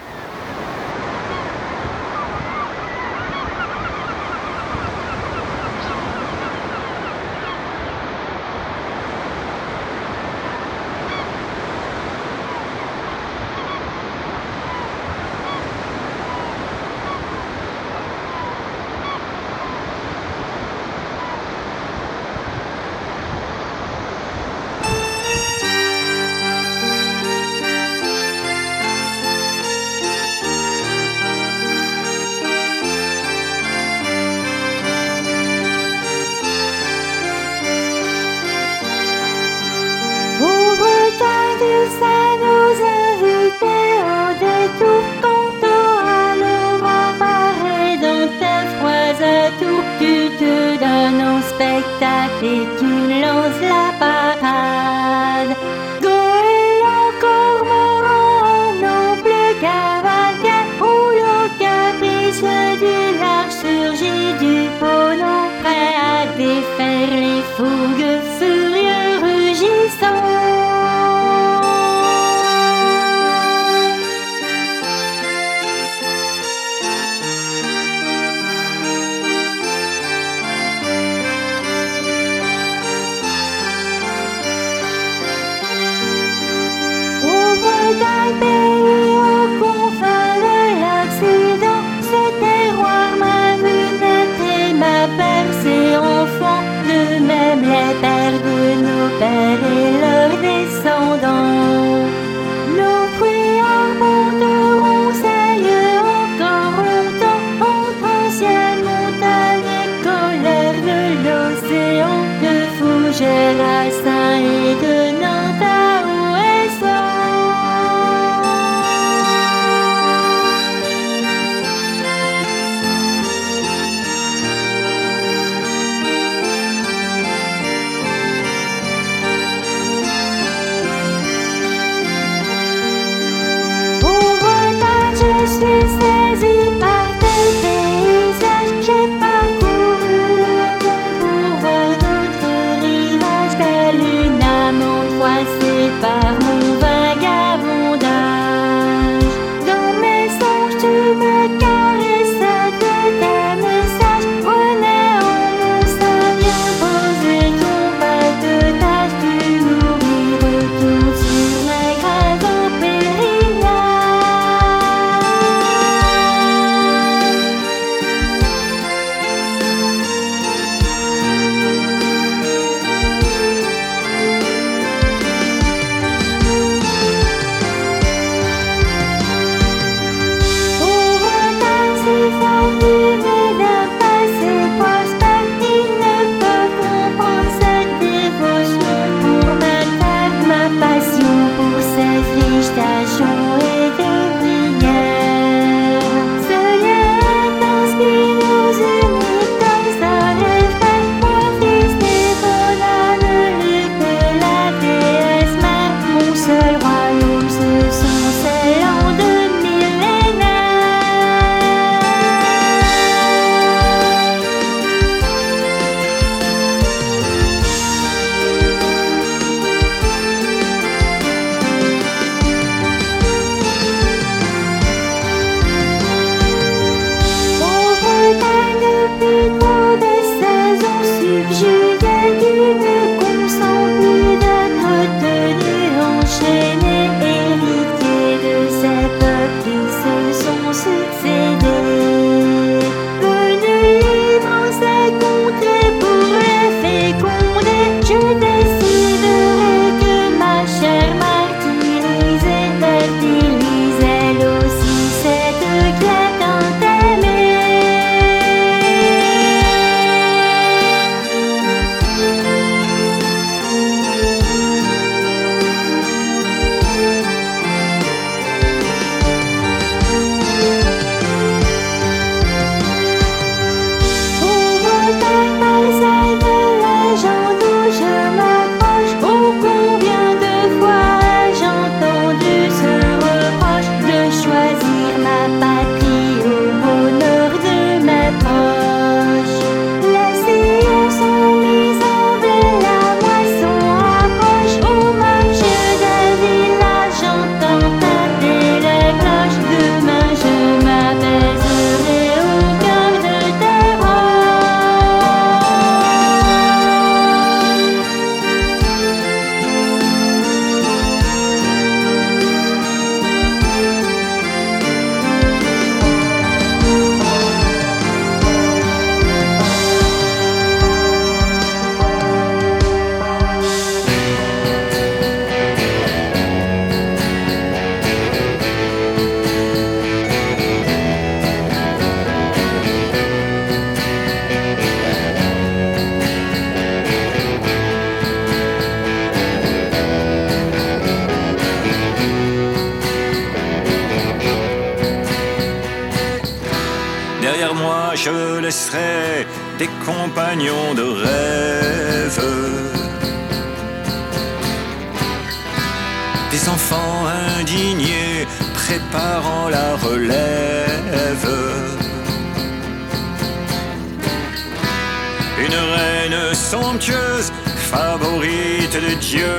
Et tu lances la parade. Goéland, cormoran, noble cavalcade, où le caprice du large surgit du ponant, prêt à défaire les fougues furieux rugissants. D'un pays aux confins de l'Occident, ce terroir m'a vu naître et m'a bercé enfant, de même les pères de nos pères et leurs descendants. Nos fruits arpenteront ces lieux encore longtemps, entre anciennes montagnes et colères de l'océan, de Fougères à Saint et de Nantes à Ouessant. laisserai des compagnons de rêve, des enfants indignés préparant la relève, une reine somptueuse, favorite de Dieu,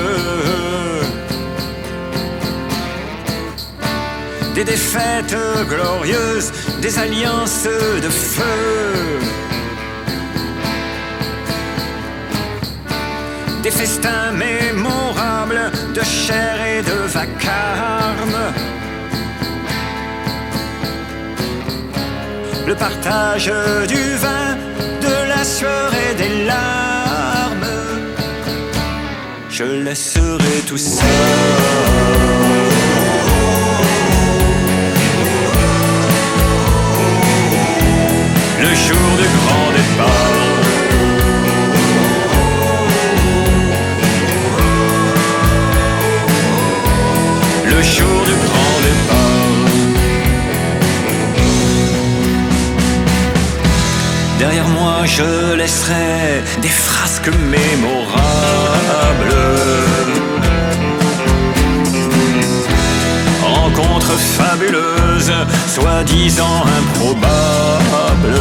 des défaites glorieuses, des alliances de feu, des festins mémorables de chair et de vacarme, le partage du vin, de la sueur et des larmes. Je laisserai tout ça. Le jour du grand départ, le jour du grand départ. Derrière moi je laisserai des frasques mémorables, rencontres fabuleuses, soi-disant improbables,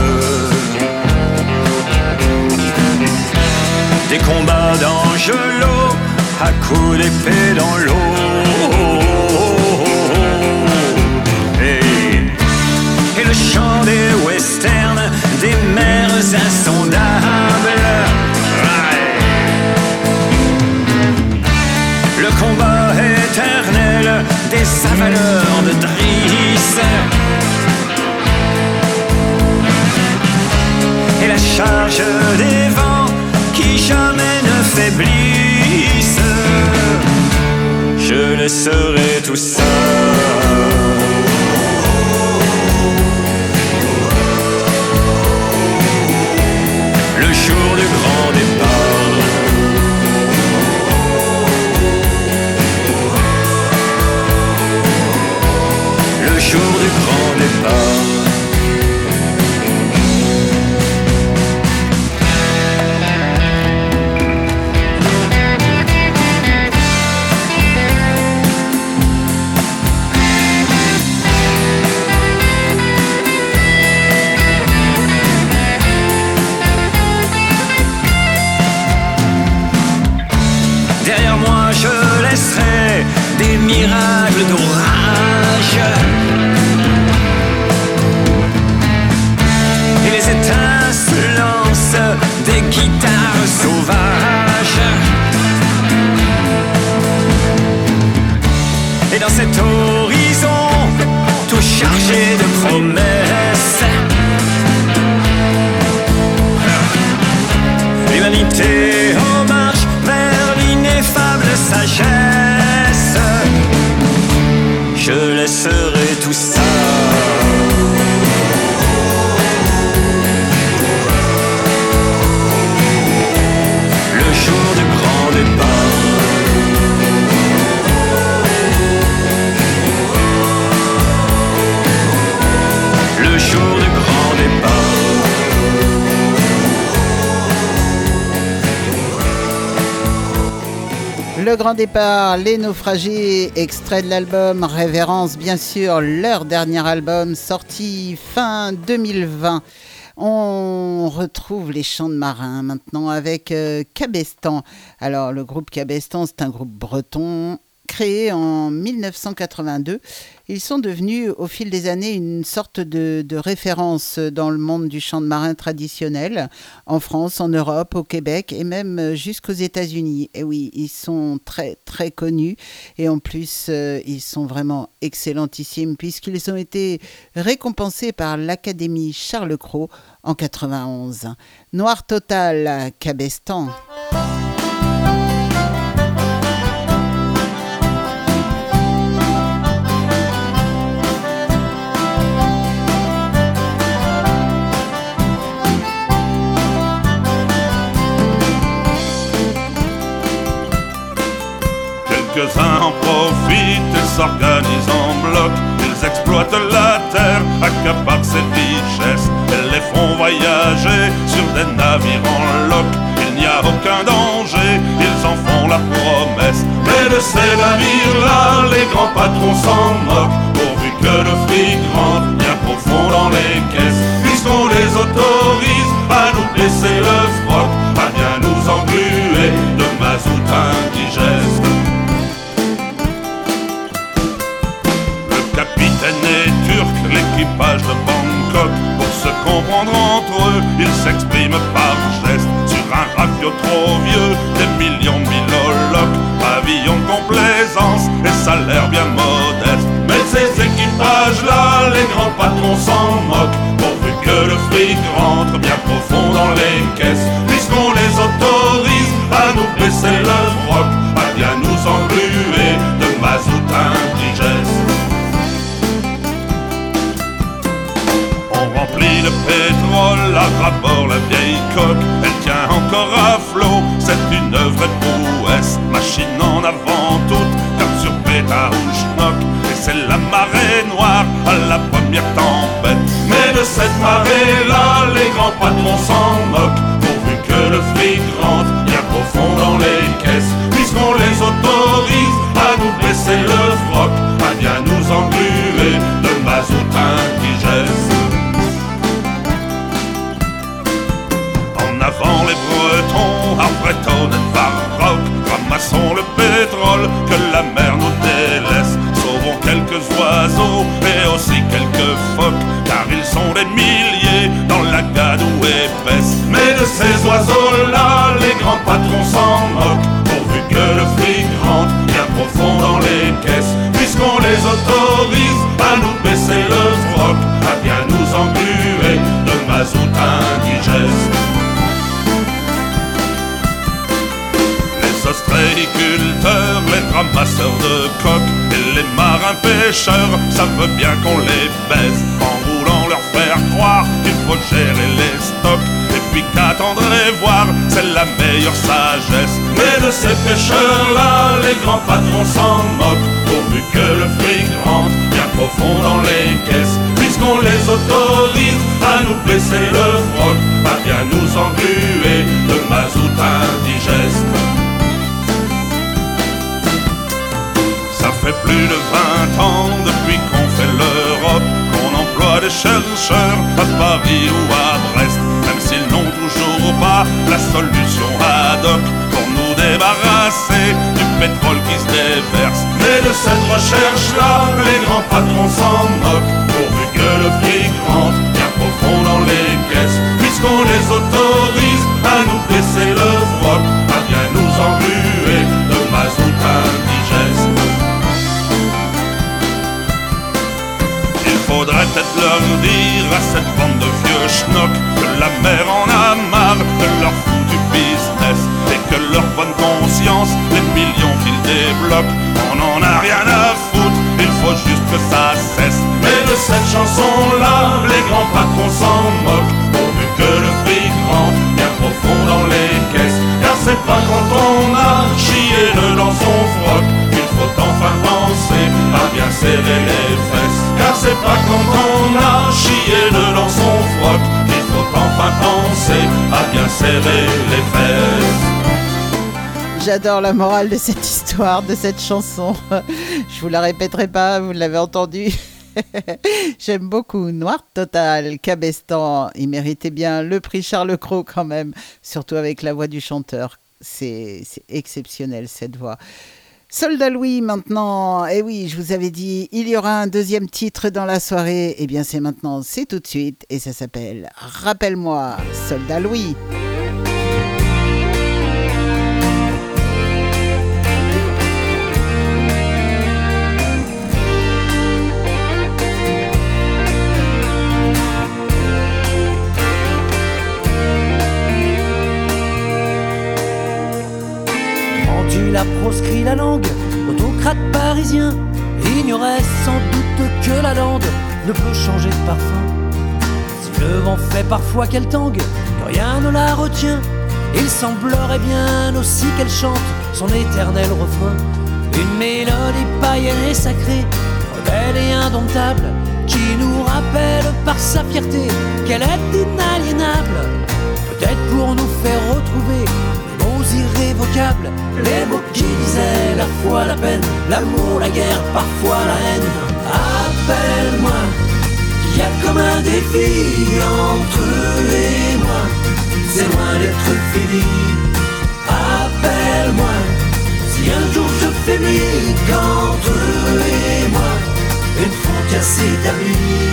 des combats d'angelots à coups d'épée dans l'eau, et, et le chant des westerns, des mers insondables, le combat éternel des avaleurs de Driss, et la charge des vents qui jamais ne faiblissent. Je laisserai tout ça. Le jour du grand départ, le jour du grand départ. Derrière moi je laisserai des miracles d'orage et les étincelances des guitares sauvages. Et dans cet horizon tout chargé de promesses, l'humanité en marche vers l'ineffable sagesse. Je laisserai tout ça. Le jour du grand départ, le jour du grand départ. Le grand départ, les naufragés, extrait de l'album Révérence, bien sûr, leur dernier album sorti fin deux mille vingt. On retrouve les chants de marins maintenant avec euh, Cabestan. Alors le groupe Cabestan, c'est un groupe breton créé en mille neuf cent quatre-vingt-deux. Ils sont devenus au fil des années une sorte de, de référence dans le monde du chant de marin traditionnel, en France, en Europe, au Québec et même jusqu'aux États-Unis. Et oui, ils sont très très connus et en plus euh, ils sont vraiment excellentissimes puisqu'ils ont été récompensés par l'Académie Charles Cros en quatre-vingt-onze. Noir total, Cabestan. Quelques-uns en profitent et s'organisent en bloc. Ils Elles exploitent la terre, accaparent ses richesses. Elles les font voyager sur des navires en loc. Il n'y a aucun danger, ils en font la promesse. Mais de ces navires-là, les grands patrons s'en moquent, pourvu que le fric rentre bien profond dans les caisses. Puisqu'on les autorise à nous baisser le froc, à bien nous engluer de mazout indigeste. Le capitaine est turc, l'équipage de Bangkok. Pour se comprendre entre eux, ils s'expriment par gestes. Sur un ravio trop vieux, des millions de miloloques, pavillon de complaisance et salaire bien modeste. Mais ces équipages-là, les grands patrons s'en moquent, pourvu que le fric rentre bien profond dans les caisses. Puisqu'on les autorise à nous baisser le froc, à bien nous engluer de mazout indigeste. On remplit de pétrole à rabord la vieille coque. Elle tient encore à flot, c'est une œuvre de prouesse. Machine en avant toute, comme sur pétard ou schnock. Et c'est la marée noire à la première tempête. Mais de cette marée-là, les grands patrons s'en moquent, pourvu que le fric rentre bien profond dans les caisses. Puisqu'on les autorise à nous baisser le froc, à bien nous engluer de mazout indigeste. Avant les Bretons, à Bretonne et Varroc, ramassons le pétrole que la mer nous délaisse. Sauvons quelques oiseaux et aussi quelques phoques, car ils sont des milliers dans la gadoue épaisse. Mais de ces oiseaux-là, les grands patrons s'en moquent, pourvu que le fric rentre bien profond dans les caisses. Puisqu'on les autorise à nous baisser le froc, à bien nous engluer de mazout indigeste. Les ostréiculteurs, les ramasseurs de coques et les marins pêcheurs savent bien qu'on les baise, en voulant leur faire croire qu'il faut gérer les stocks. Et puis qu'attendre et voir, c'est la meilleure sagesse. Mais de ces pêcheurs-là, les grands patrons s'en moquent, pourvu que le fric rentre bien profond dans les caisses. Puisqu'on les autorise à nous baisser le froc, à bien nous engluer de mazout indigeste. Ça fait plus de vingt ans depuis qu'on fait l'Europe, qu'on emploie des chercheurs à Paris ou à Brest, même s'ils n'ont toujours pas la solution ad hoc pour nous débarrasser du pétrole qui se déverse. Mais de cette recherche-là, les grands patrons s'en moquent, pourvu que le fric rentre bien profond dans les caisses. Puisqu'on les autorise à nous baisser le froc, à bien nous engluer de mazout indigeste. Faudrait peut-être leur dire à cette bande de vieux schnocks que la mer en a marre de leur foutu business, et que leur bonne conscience, les millions qu'ils débloquent, on n'en a rien à foutre, il faut juste que ça cesse. Mais de cette chanson-là, les grands patrons s'en moquent, pourvu que le fric rentre bien profond dans les caisses. Car c'est pas quand on a chié le dans son froc qu'il faut enfin penser à bien serrer les fesses. Car c'est pas quand on a chié le dans son froc qu'il faut enfin penser à bien serrer les fesses. J'adore la morale de cette histoire, de cette chanson. Je vous la répéterai pas, vous l'avez entendu. J'aime beaucoup. Noir Total, Cabestan. Il méritait bien le prix Charles Cros quand même, surtout avec la voix du chanteur. C'est, c'est exceptionnel cette voix. Soldat Louis maintenant, et eh oui, je vous avais dit, il y aura un deuxième titre dans la soirée, et eh bien c'est maintenant, c'est tout de suite, et ça s'appelle Rappelle-moi, Soldat Louis. Tu l'as proscrit la langue, autocrate parisien, ignorait sans doute que la lande ne peut changer de parfum. Si le vent fait parfois qu'elle tangue, que rien ne la retient, il semblerait bien aussi qu'elle chante son éternel refrain. Une mélodie païenne et sacrée, rebelle et indomptable, qui nous rappelle par sa fierté qu'elle est inaliénable. Peut-être pour nous faire retrouver les mots irrévocables, les mots qui disaient la foi, la peine, l'amour, la guerre, parfois la haine. Appelle-moi, qu'il y a comme un défi entre eux et moi, c'est loin d'être fini. Appelle-moi, si un jour je faiblis, qu'entre eux et moi, une frontière s'établit.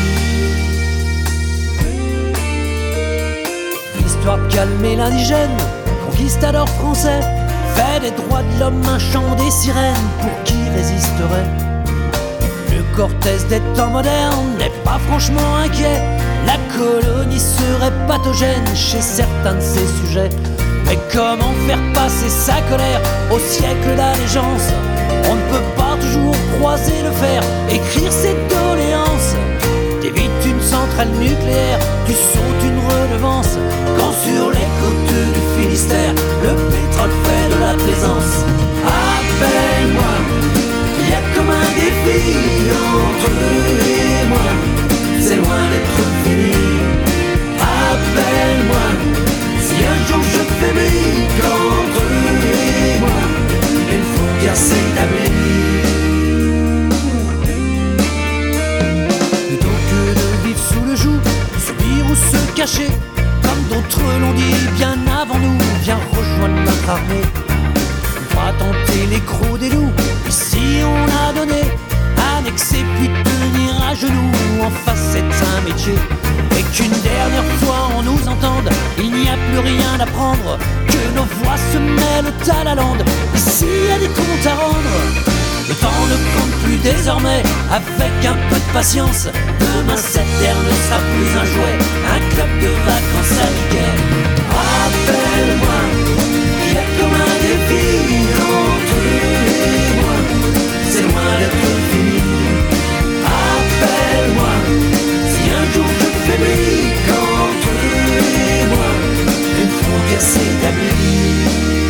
L'histoire de calmer l'indigène, conquistador français, fait des droits de l'homme un chant des sirènes pour qui résisterait. Le Cortez des temps modernes n'est pas franchement inquiet, la colonie serait pathogène chez certains de ses sujets. Mais comment faire passer sa colère au siècle d'allégeance? On ne peut pas toujours croiser le fer, écrire ses doléances. T'évites une centrale nucléaire, tu sautes une redevance, quand sur les côtes du Finistère, le pétrole fait de la plaisance. Appelle-moi, il y a comme un défi entre eux et moi, c'est loin d'être fini. Appelle-moi, si un jour je faiblis, qu'entre eux et moi, une frontière s'établit. Plutôt que de vivre sous le joug, subir ou se cacher, comme d'autres l'ont dit bien avant nous, viens rejoindre notre armée. On va tenter l'écrou des loups, ici on a donné, annexer puis tenir à genoux, en face c'est un métier. Et qu'une dernière fois on nous entende, il n'y a plus rien à prendre, que nos voix se mêlent à la lande. Ici il y a des comptes à rendre, le temps ne compte plus désormais, avec un peu de patience. Demain cette terre ne sera plus un jouet, un club de vacances à Mickey. Rappelle-moi, il y a comme un défi entre eux et moi, c'est loin d'être fini. Appelle-moi, si un jour je faiblis, qu'entre eux et moi, une frontière s'établit.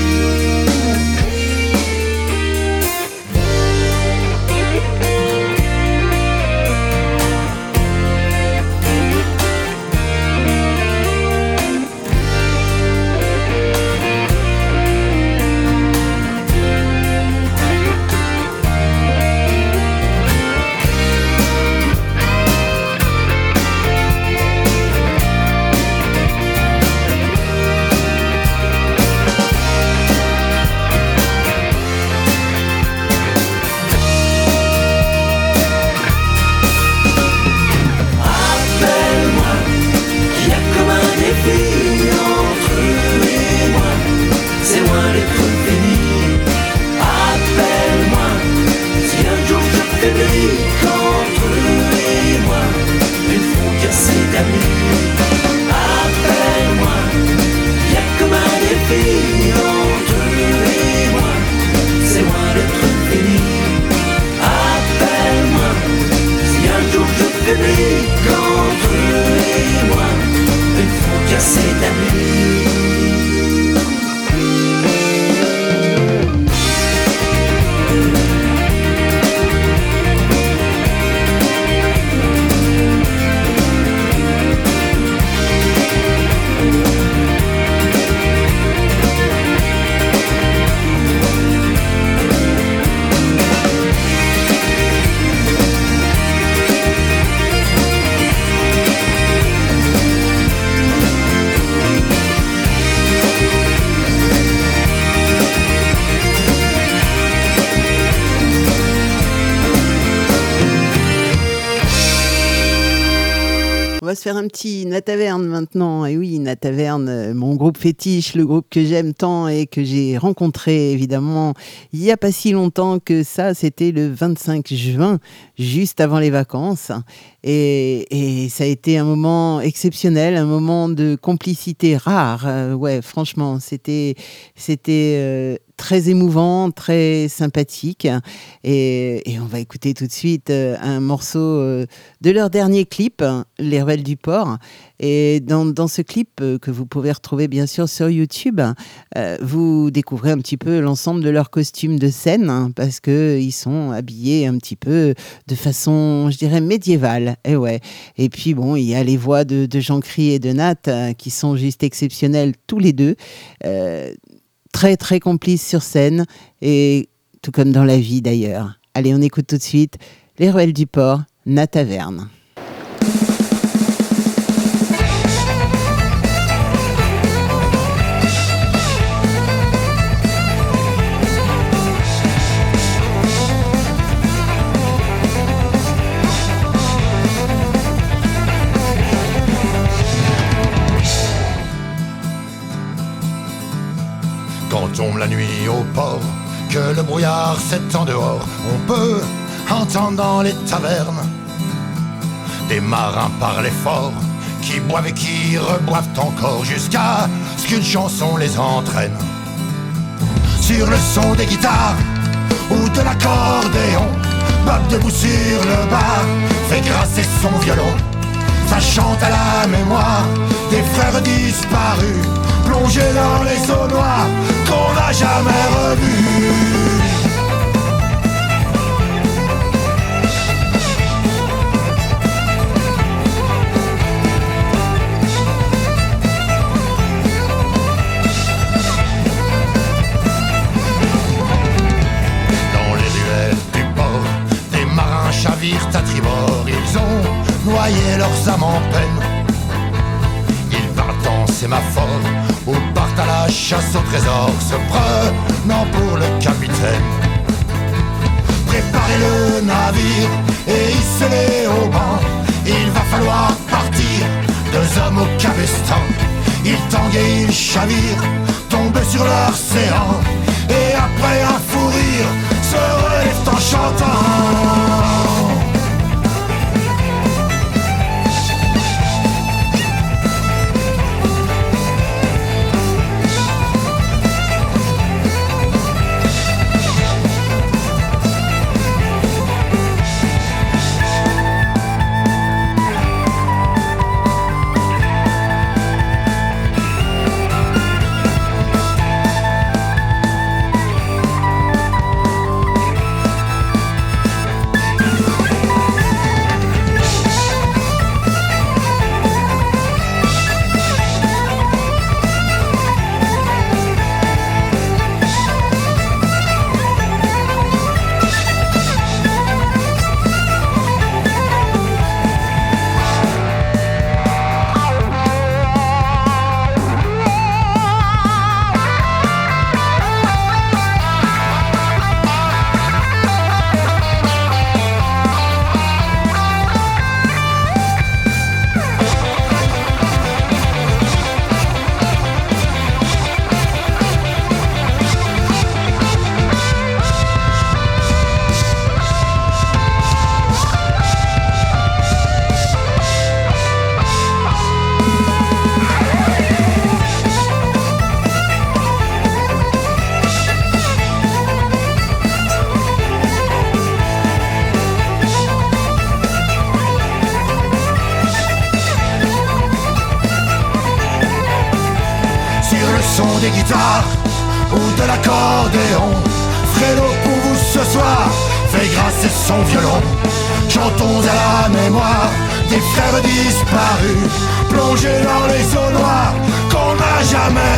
On va se faire un petit Nataverne maintenant. Et oui, Nataverne, mon groupe fétiche, le groupe que j'aime tant et que j'ai rencontré évidemment il n'y a pas si longtemps que ça. C'était le vingt-cinq juin, juste avant les vacances. Et, et ça a été un moment exceptionnel, un moment de complicité rare. Euh, ouais, franchement, c'était, c'était euh, très émouvant, très sympathique. Et, et on va écouter tout de suite euh, un morceau euh, de leur dernier clip, Les Ruelles du Port. Et dans, dans ce clip euh, que vous pouvez retrouver bien sûr sur YouTube, euh, vous découvrez un petit peu l'ensemble de leurs costumes de scène, hein, parce qu'ils sont habillés un petit peu de façon, je dirais, médiévale. Et, ouais. et puis bon, il y a les voix de, de Jean-Cry et de Nat euh, qui sont juste exceptionnelles tous les deux. Euh, très très complices sur scène, et tout comme dans la vie d'ailleurs. Allez, on écoute tout de suite Les Ruelles du Port, Nat Taverne. Quand tombe la nuit au port, que le brouillard s'étend dehors, on peut entendre dans les tavernes des marins parler fort, qui boivent et qui reboivent encore jusqu'à ce qu'une chanson les entraîne. Sur le son des guitares ou de l'accordéon, Bob debout sur le bar fait grasser son violon. Ça chante à la mémoire des frères disparus, plongés dans les eaux noires qu'on n'a jamais revus. Dans les ruelles du port, des marins chavirent à tribord. Ils ont noyé leurs âmes en peine. Ils partent en sémaphore ou partent à la chasse au trésor, se prenant pour le capitaine. Préparez le navire et hissez-les au banc. Il va falloir partir, deux hommes au cabestan. Ils tanguent et ils chavirent, tombent sur leur séant, et après un fou rire, se relèvent en chantant. Des guitares ou de l'accordéon, Fredo pour vous ce soir fait grasser son violon. Chantons à la mémoire des frères disparus, plongés dans les eaux noires qu'on n'a jamais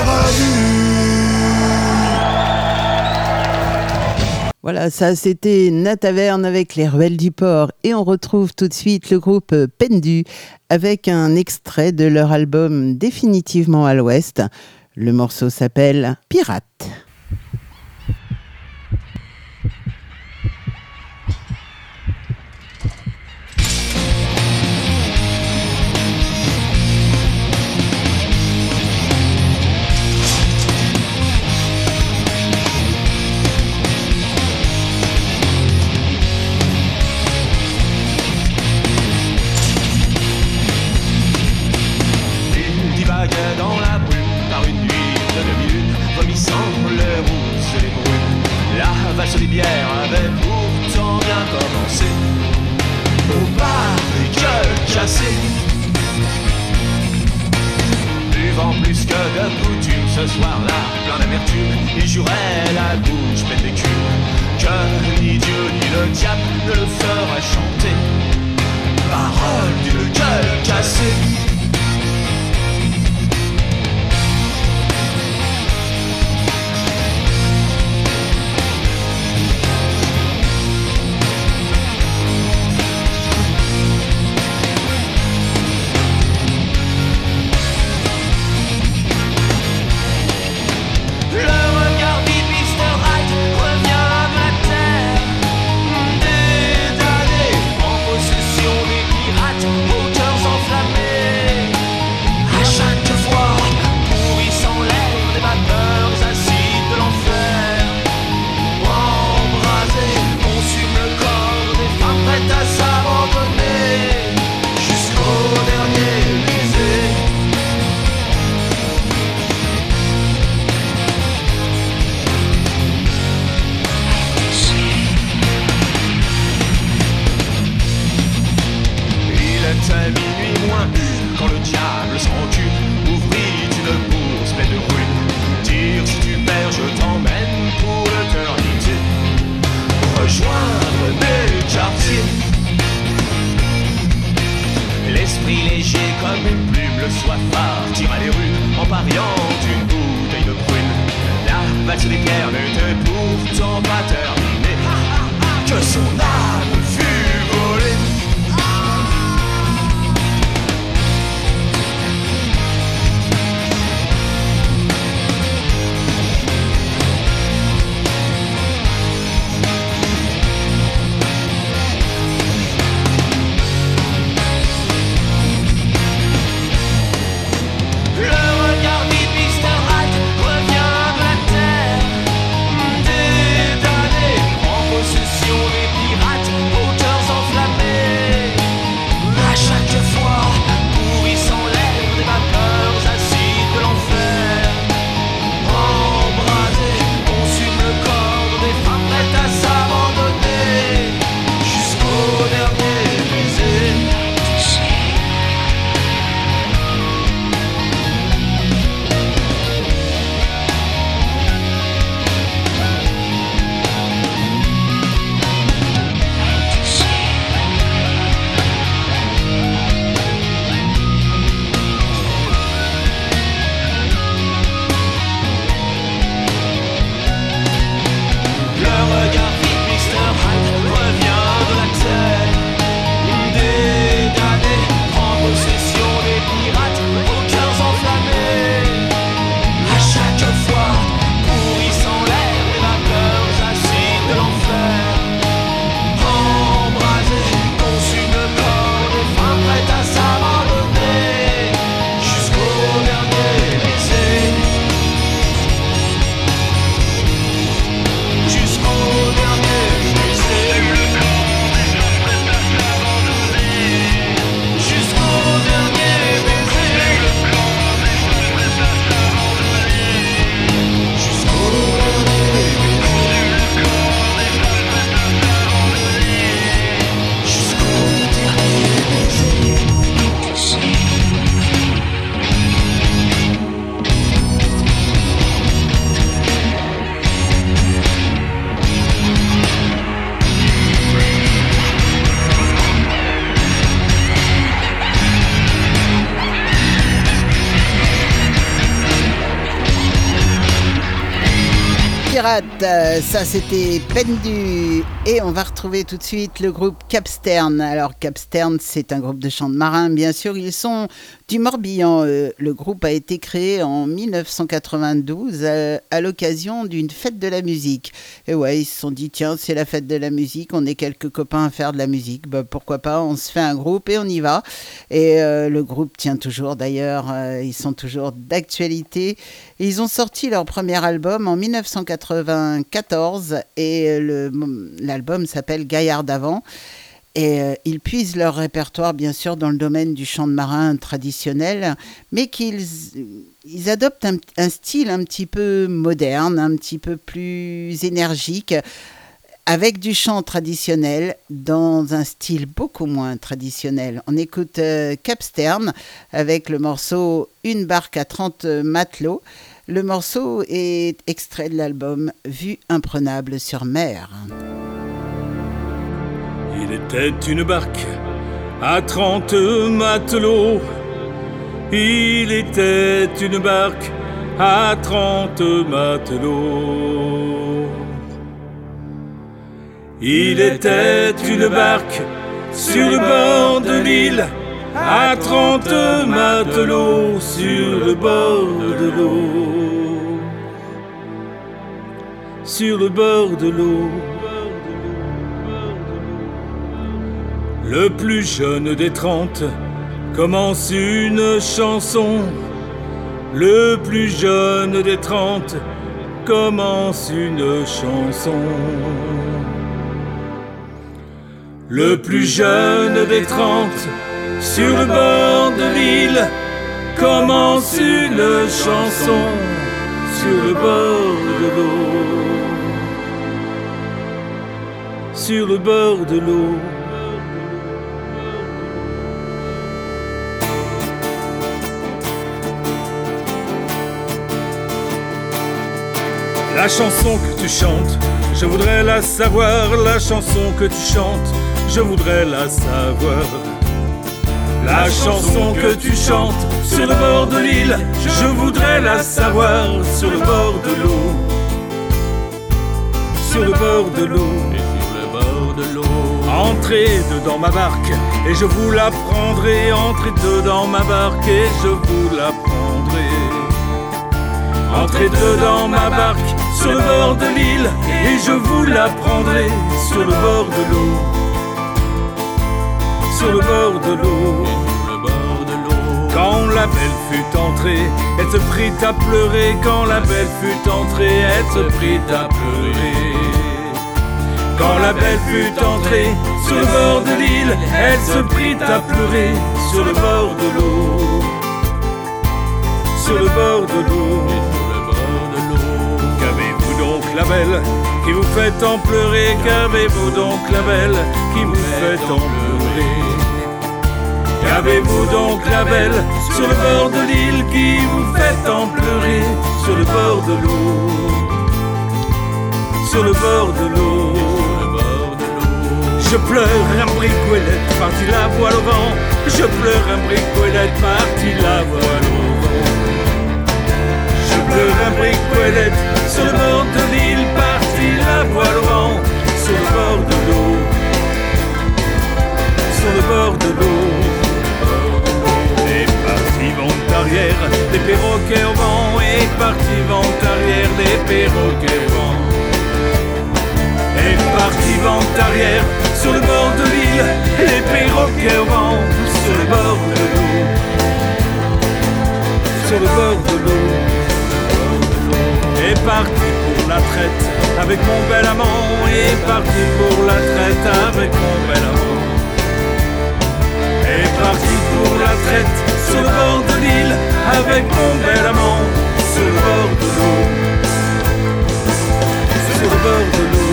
revues. Voilà, ça c'était Nat Taverne avec Les Ruelles du Port, et on retrouve tout de suite le groupe Pendu avec un extrait de leur album Définitivement à l'Ouest. Le morceau s'appelle Pirate. Il divague dans la brume par une nuit de lune, vomissant le face des bières avait pourtant bien commencé. Au bar des gueules cassées, buvant plus que de coutume ce soir-là, plein d'amertume, il jurait la bouche pleine d'écume que ni Dieu ni le diable ne le ferait chanter. Parole d'une gueule cassée. Ça c'était Pendu et on va retrouver tout de suite le groupe Capstern. Alors Capstern, c'est un groupe de chants de marins, bien sûr, ils sont du Morbihan. Euh, le groupe a été créé en dix-neuf cent quatre-vingt-douze à, à l'occasion d'une fête de la musique. Et ouais, ils se sont dit tiens, c'est la fête de la musique, on est quelques copains à faire de la musique, bah, pourquoi pas, on se fait un groupe et on y va. Et euh, le groupe tient toujours d'ailleurs, euh, ils sont toujours d'actualité. Ils ont sorti leur premier album en dix-neuf cent quatre-vingt-quatorze et le, l'album s'appelle Gaillard d'avant. Et euh, ils puisent leur répertoire, bien sûr, dans le domaine du chant de marin traditionnel, mais qu'ils ils adoptent un, un style un petit peu moderne, un petit peu plus énergique, avec du chant traditionnel dans un style beaucoup moins traditionnel. On écoute euh, Cap Stern avec le morceau Une barque à trente matelots. Le morceau est extrait de l'album Vue imprenable sur mer. Il était une barque à trente matelots. Il était une barque à trente matelots. Il était une barque sur le bord de l'île, à trente matelots sur le bord de l'eau. Sur le bord de l'eau. Le plus jeune des trente commence une chanson. Le plus jeune des trente commence une chanson. Le plus jeune des trente, sur le bord de l'île, commence une chanson sur le bord de l'eau. Sur le bord de l'eau. La chanson que tu chantes, je voudrais la savoir. La chanson que tu chantes, je voudrais la savoir. La chanson que tu chantes sur le bord de l'île, je voudrais la savoir. Sur le bord de l'eau. Sur le bord de l'eau. Et sur le bord de l'eau. Entrez dedans ma barque et je vous la prendrai. Entrez dedans ma barque et je vous la prendrai. Entrez dedans ma barque sur le bord de l'île et je vous la prendrai. Sur le bord de l'eau. Sur le bord de l'eau. Quand la belle fut entrée, elle se prit à pleurer. Quand la belle fut entrée, elle se prit à pleurer. Quand la belle fut entrée sur le bord de l'île, elle se prit à pleurer. Sur le bord de l'eau. Sur le bord de l'eau. Qu'avez-vous donc la belle qui vous fait en pleurer? Qu'avez-vous donc la belle qui vous fait en pleurer? Qu'avez-vous donc la belle sur le bord de l'île qui vous fait en pleurer? Sur le bord de l'eau. Sur le bord de l'eau. Je pleure un bricolette parti la voile au vent. Je pleure un bricolette parti la voile au vent. Je pleure un bricolette sur le bord de l'île parti la voile au vent. Sur le bord de l'eau. Sur le bord de l'eau. Et parti vent arrière, des perroquets au vent. Et parti vent arrière, des perroquets au vent. Et parti vent arrière, sur le bord de l'île, les perroquets au vent. Sur le bord de l'eau. Sur le bord de l'eau. Et parti pour la traite avec mon bel amant. Et parti pour la traite avec mon bel amant. Et parti pour la traite sur le bord de l'île avec mon bel amant. Sur le bord de l'eau. Sur le bord de l'eau.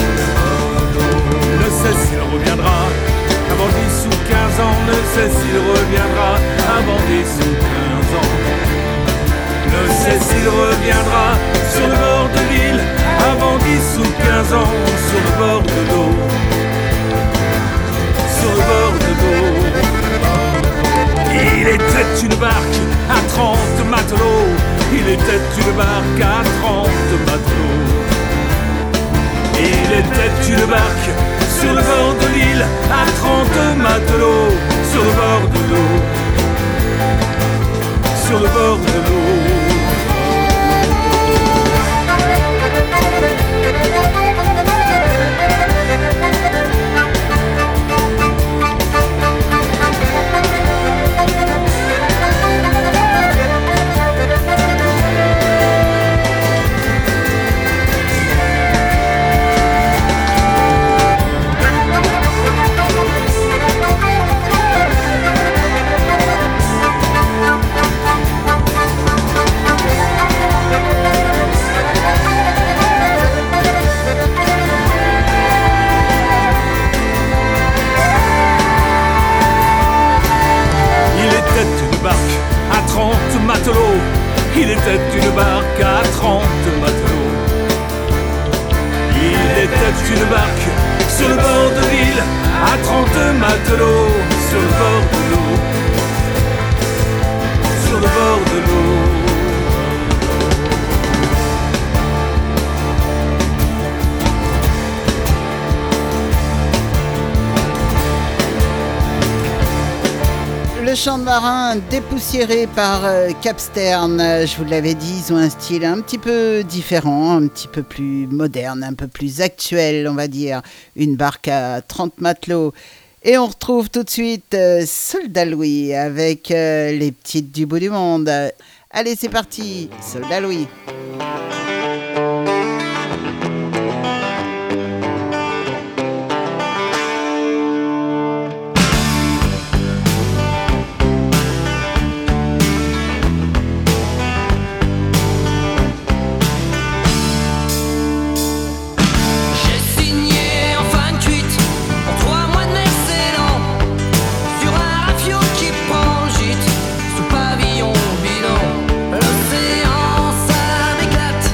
Ne sais s'il reviendra avant dix ou quinze ans. Ne sais s'il reviendra avant dix ou quinze ans. Ne sais s'il reviendra sur le bord de l'île avant dix ou quinze ans. Sur le bord de l'eau. Sur le bord de l'eau. Il était une barque à trente matelots. Il était une barque à trente matelots. Il était une barque sur le bord de l'île à trente matelots. Sur le bord de l'eau. Sur le bord de l'eau. jette une barque sur le bord de l'île, à trente matelots sur le bord de l'eau, sur le bord de l'eau. Le chant de marin dépoussiéré par euh, Cap Stern, je vous l'avais dit, ils ont un style un petit peu différent, un petit peu plus moderne, un peu plus actuel, on va dire. Une barque à trente matelots. Et on retrouve tout de suite euh, Soldat Louis avec euh, les petites du bout du monde. Allez, c'est parti, Soldat Louis. L'océan, ça m'éclate.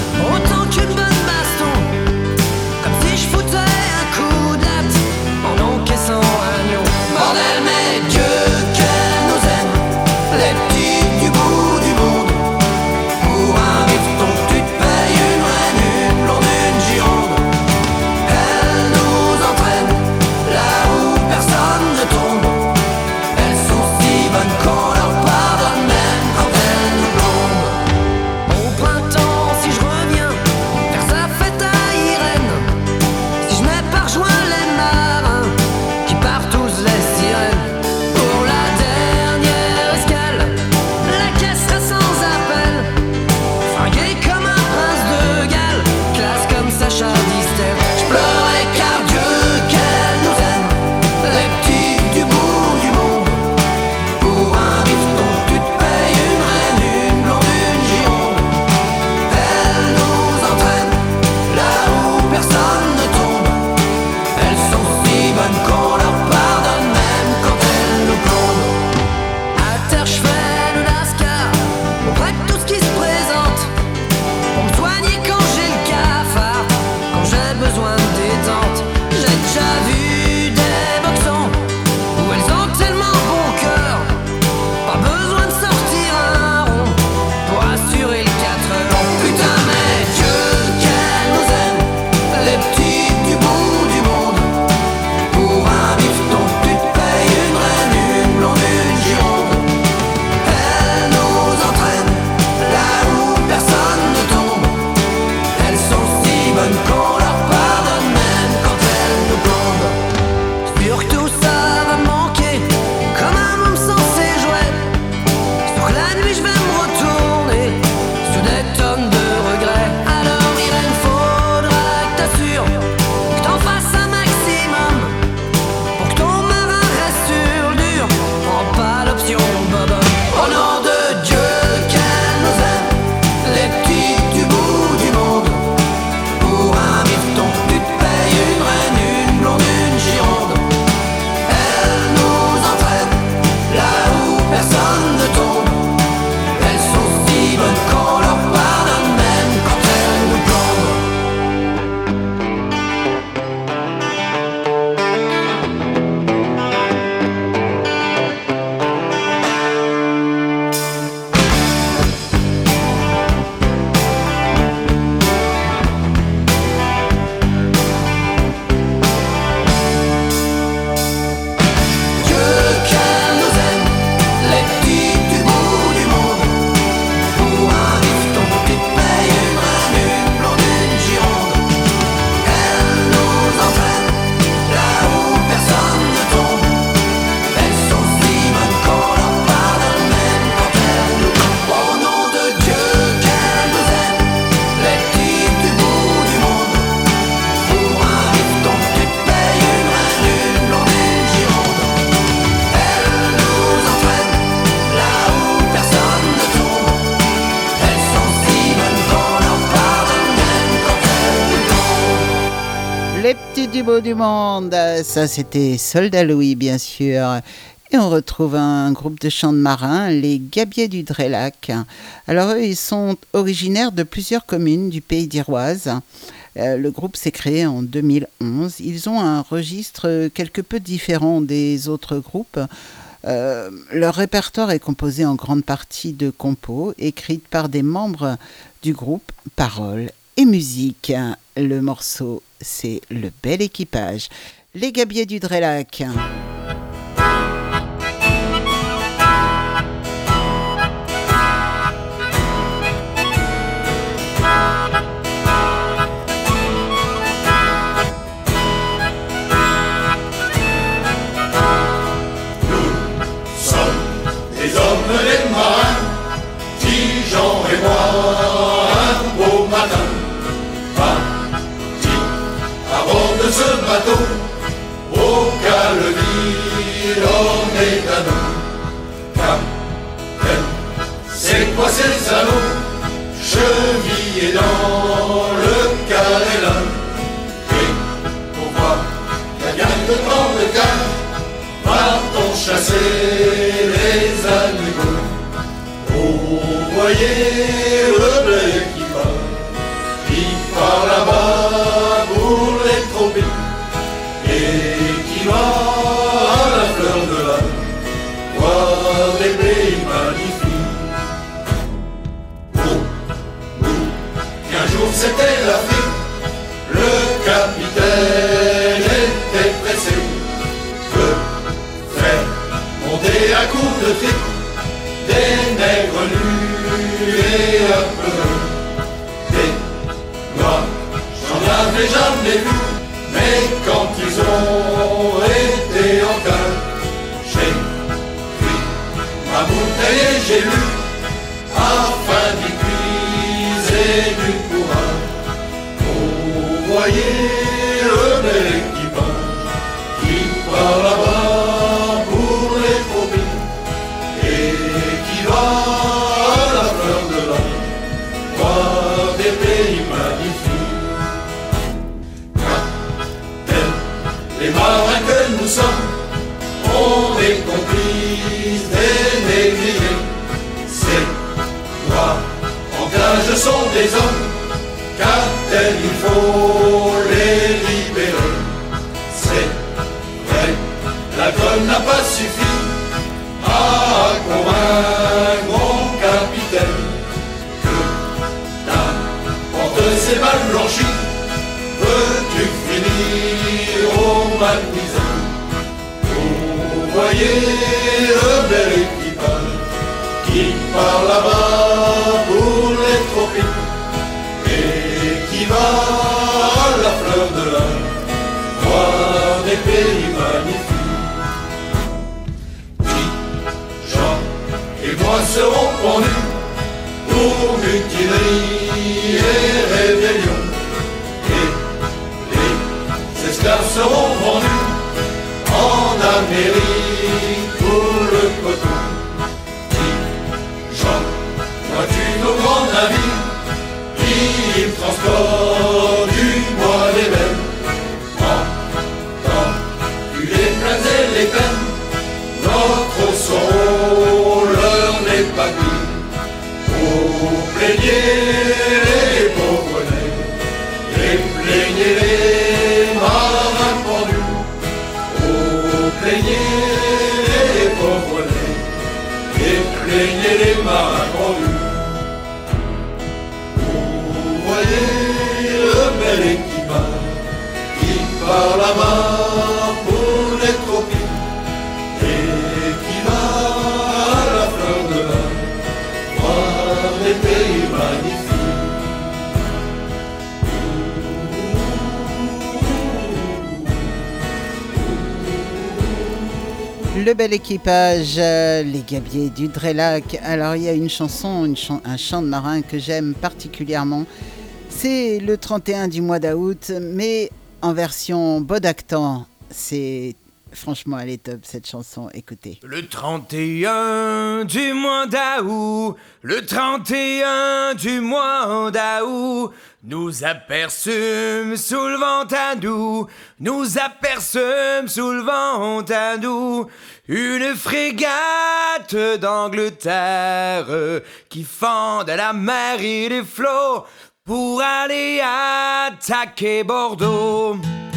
du bout du monde. Ça, c'était Soldat Louis, bien sûr. Et on retrouve un groupe de chants de marins, les Gabiers du Drélac. Alors eux, ils sont originaires de plusieurs communes du pays d'Iroise. Euh, le groupe s'est créé en deux mille onze. Ils ont un registre quelque peu différent des autres groupes. Euh, leur répertoire est composé en grande partie de compos écrites par des membres du groupe, paroles et musique. Le morceau, c'est Le Bel Équipage. Les Gabiers du Drellac. Les marins, Jean et moi, un beau matin, partis à bord de ce bateau, au Calvi, l'homme est à nous. Capitaine, c'est quoi ces anneaux, chevillés dans le carré-là, et pourquoi la gagne de grande gagne, va-t-on chasser les animaux? Vous voyez le bleu qui part, qui part là-bas pour les tropiques, et qui va à la fleur de l'âge, voir des pays magnifiques. Pour nous, qu'un jour c'était l'Afrique, le capitaine était pressé, que faire monter à coups de trique des nègres nus et apeureux, des noirs, j'en avais jamais vu, mais quand ils ont été en cage, j'ai pris ma bouteille et j'ai lu, afin d'y puiser du courage. Vous voyez le bel équipage qui part là-bas pour les tropiques, à la fleur de l'âge, voir des pays magnifiques. Capitaine, les marins que nous sommes, ont des complices, des négligés. Ces noirs en cage sont des hommes, car tel il faut les libérer. C'est vrai, la conne n'a pas suffi à convaincre mon capitaine que ta porte ses balles blanchies, veux-tu finir au magnésium? Vous voyez le bel équipage qui part là-bas pour les tropiques, et qui va à la fleur de l'âge, voir des pays magnifiques. Et moi seront pendus pour mutinerie et rébellion, et les esclaves seront vendus en Amérique pour le coton. Jean, vois-tu nos grands navires, ils transportent du bois d'ébène, en temps tu les plains et les peines, notre sorrow leur n'est pas gris. Vous plaignez les pauvres nègres, et plaignez les marins pendus. Vous plaignez les pauvres nègres, et plaignez les marins pendus. Vous voyez le bel équipage qui part là-bas pour les tropiques, des pays magnifiques. Le Bel Équipage, euh, les Gabiers du Drellac. Alors il y a une chanson, une chan- un chant de marin que j'aime particulièrement. C'est le trente et un du mois d'août, mais en version Bodactan. C'est franchement, elle est top cette chanson. Écoutez. Le trente et un du mois d'août, le trente et un du mois d'août, nous aperçûmes sous le vent à nous, nous aperçûmes sous le vent à nous, une frégate d'Angleterre qui fend à la mer et les flots pour aller attaquer Bordeaux.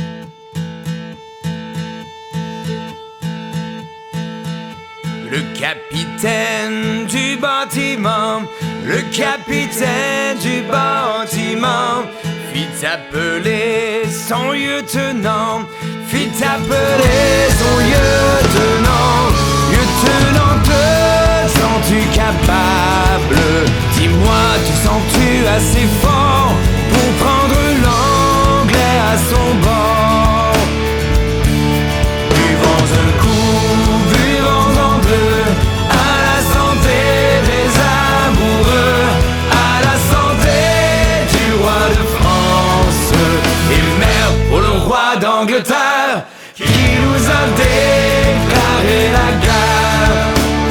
Le capitaine du bâtiment, le capitaine du bâtiment fit appeler son lieutenant, fit appeler son lieutenant. Lieutenant, te sens-tu capable? Dis-moi, te sens-tu assez fort pour prendre l'anglais à son bord? Buvons un coup, buvons en deux, à la santé des amoureux, à la santé du roi de France. Et merde pour le roi d'Angleterre qui nous a déclaré la guerre.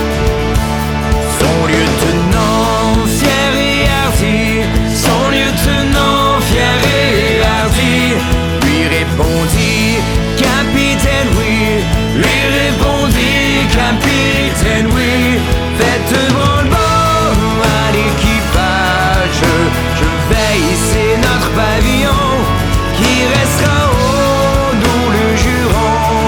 Son lieutenant fier et hardi, son lieutenant fier et hardi, lui répondit capitaine oui, lui répondit capitaine oui. Faites branle-bas à l'équipage, je vais hisser notre pavillon qui restera haut, nous le jurons.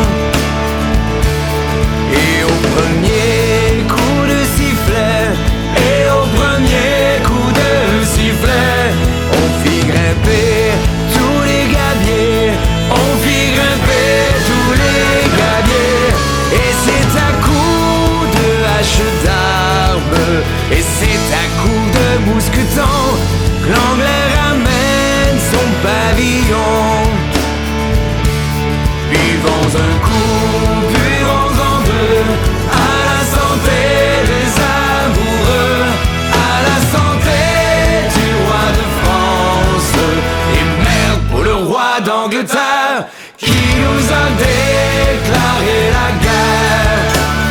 Et au premier coup de sifflet, et au premier coup de sifflet, on fit grimper tous les gabiers, on fit grimper tous les gabiers. Et c'est à coups de hache d'armes, et c'est à coups de mousqueton que l'anglais ramène son pavillon. Buvons un coup, buvons en deux, à la santé des amoureux, à la santé du roi de France. Et merde pour le roi d'Angleterre qui nous a déclaré la guerre.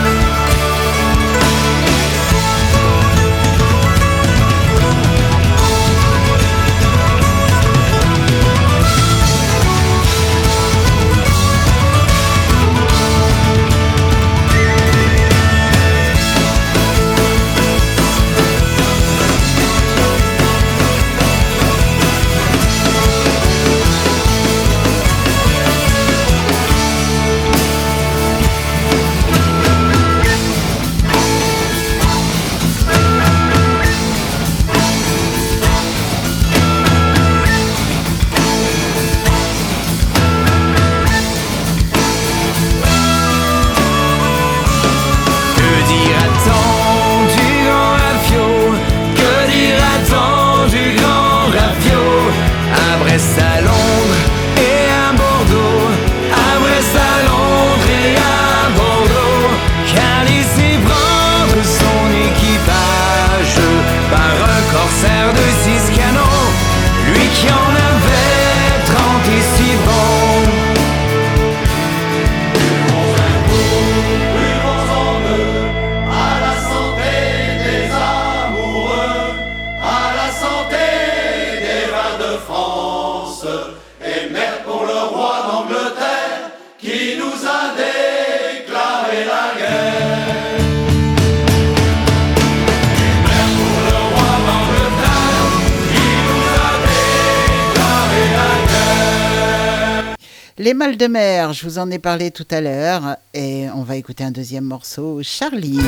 Les Mal de Mer, je vous en ai parlé tout à l'heure et on va écouter un deuxième morceau, Charlie.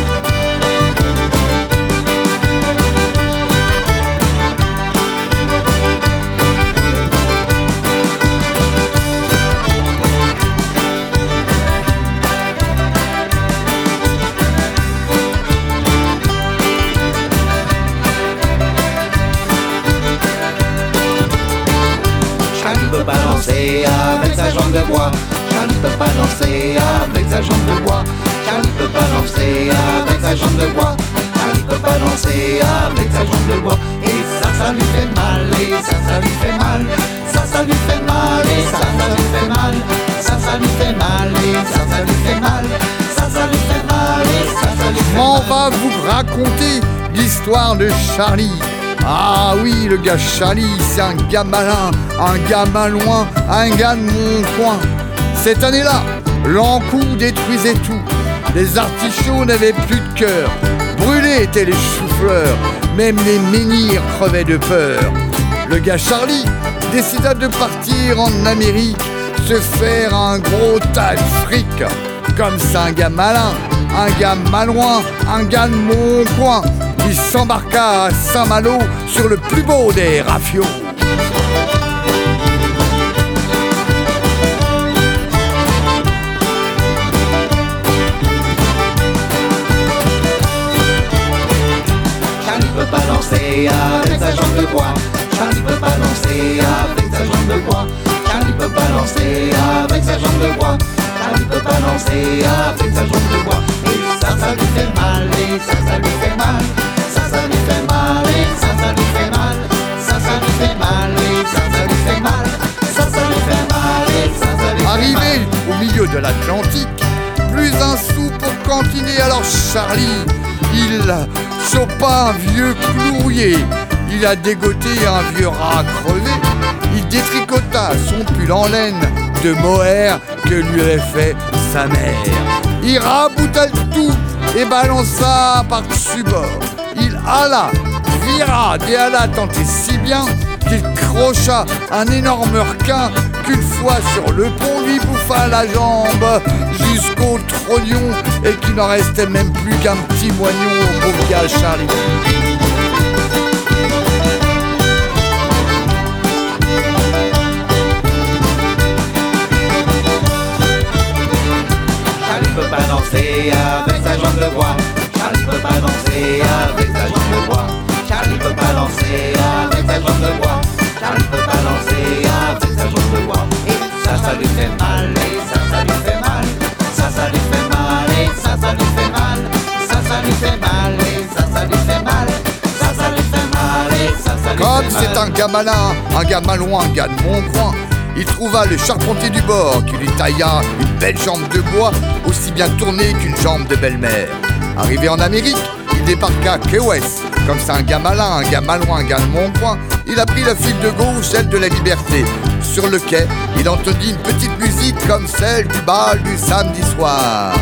Pas danser avec sa jambe de bois. Charlie peut pas danser avec sa jambe de bois. Charlie peut pas danser avec sa jambe de bois. Charlie peut pas danser avec sa jambe de bois. Et ça, ça lui fait mal. Et ça, ça lui fait mal. Ça, ça lui fait mal. Et ça, ça lui fait mal. Ça, ça lui fait mal. Et ça, ça lui fait mal. Ça, ça lui fait mal. Et ça, ça lui fait mal. On va vous raconter l'histoire de Charlie. Ah oui, le gars Charlie, c'est un gars malin, un gars malouin, un gars de mon coin. Cette année-là, l'Ankou détruisait tout. Les artichauts n'avaient plus de cœur. Brûlés étaient les choux-fleurs. Même les menhirs crevaient de peur. le gars Charlie décida de partir en Amérique, se faire un gros tas de fric. Comme c'est un gars malin, un gars malouin, un gars de mon coin, il s'embarqua à Saint-Malo sur le plus beau des rafios. Charlie peut pas danser avec sa jambe de bois. Charlie peut pas danser avec sa jambe de bois. Charlie peut pas danser avec sa jambe de bois. Charlie peut pas danser avec sa jambe de bois. Et ça, ça lui fait mal, et ça, ça lui fait mal. Ça, ça lui fait mal, et ça, ça lui fait mal. Ça, ça lui fait mal, et ça, ça lui fait mal. Ça, ça lui fait mal, et ça, ça lui fait mal. Arrivé au milieu de l'Atlantique, plus un sou pour cantiner, alors Charlie, il chopa un vieux clou rouillé. Il a dégoté un vieux rat crevé. Il détricota son pull en laine de mohair que lui avait fait sa mère. Il rabouta le tout et balança par-dessus bord. Il alla, vira, déhala tant et si bien qu'il crocha un énorme requin qu'une fois sur le pont lui bouffa la jambe jusqu'au trognon et qu'il n'en restait même plus qu'un petit moignon au pauvre gars Charlie. Charlie peut pas danser avec sa jambe de bois. Charlie peut pas danser avec sa jambe de bois. Charlie peut pas danser avec sa jambe de bois. Charlie peut pas danser avec sa jambe de bois. Et ça, ça lui fait mal, et ça, ça lui fait mal. Ça, ça lui fait mal, et ça, ça lui fait mal. Ça, ça lui fait mal, et ça, ça lui fait mal. Ça, ça lui fait mal, et ça, ça lui fait mal. Comme c'est un gars malin, un gars malouin, un gars de mon coin, il trouva le charpentier du bord qui lui tailla une belle jambe de bois aussi bien tournée qu'une jambe de belle-mère. Arrivé en Amérique, il débarqua à Key West. Comme c'est un gars malin, un gars malouin, un gars de mon coin, il a pris la file de gauche, celle de la liberté. Sur le quai, il entendit une petite musique comme celle du bal du samedi soir.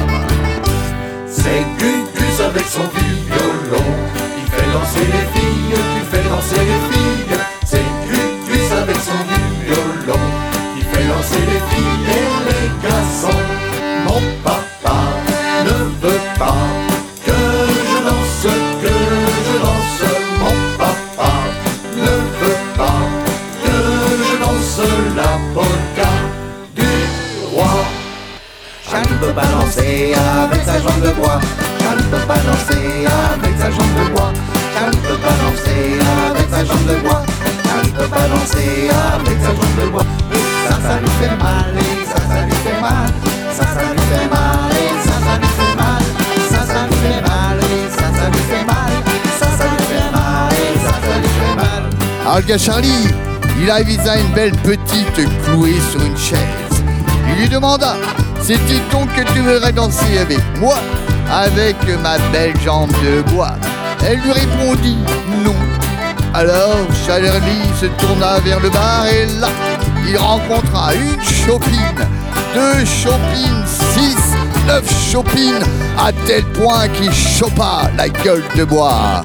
C'est Gugus avec son violon qui fait danser les filles, qui fait danser les filles. C'est Gugus avec son violon qui fait danser les filles et les garçons. Mon papa ne veut pas que je danse, que je danse. Mon papa ne veut pas que je danse la polka du roi. Charlie peut pas danser avec sa jambe de bois. Charlie peut pas danser avec sa jambe de bois. Charlie peut pas danser avec sa jambe de bois. Charlie peut pas danser avec sa jambe de bois. Et ça, ça lui fait mal, et ça, ça lui fait mal. Ça, ça lui fait mal, et ça, ça lui fait mal. Ça, ça lui fait mal, et ça, ça lui fait mal. Ça, ça lui fait mal, et ça, ça lui fait mal. Alors le gars Charlie, il avisa une belle petite clouée sur une chaise. Il lui demanda, c'est-il donc que tu voudrais danser avec moi, avec ma belle jambe de bois? Elle lui répondit non. Alors Charlie se tourna vers le bar et là, il rencontra une chopine, deux chopines, six, neuf chopines, à tel point qu'il chopa la gueule de bois.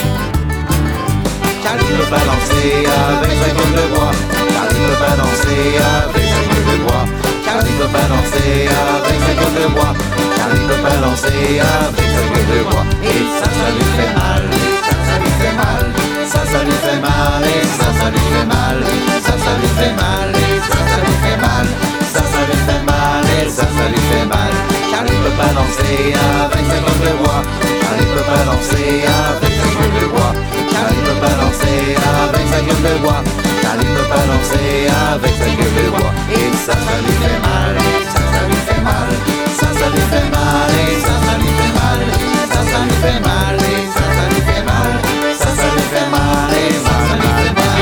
Charlie peut pas danser avec sa gueule de bois. Charlie peut pas danser avec sa gueule de bois. Charlie peut pas danser avec sa gueule de bois. Charlie peut pas danser avec sa gueule de bois. Et ça, ça lui fait mal, et ça, ça lui fait mal. Ça, ça lui fait mal, et ça, ça lui fait mal. Ça, ça lui fait mal, et ça, ça lui fait mal. Ça, ça lui fait mal, et ça, ça lui fait mal. Charlie peut pas danser avec sa gueule de bois. Charlie peut pas danser avec sa gueule de bois. Charlie peut pas danser avec sa gueule de bois. Charlie peut pas danser avec sa gueule de bois. Et ça, ça lui fait mal, et ça, ça lui fait mal. Ça, ça lui fait mal, et ça, ça lui fait mal. Ça, ça lui fait mal, et ça, ça lui fait mal. Ça, ça lui fait mal, et ça, ça lui fait mal.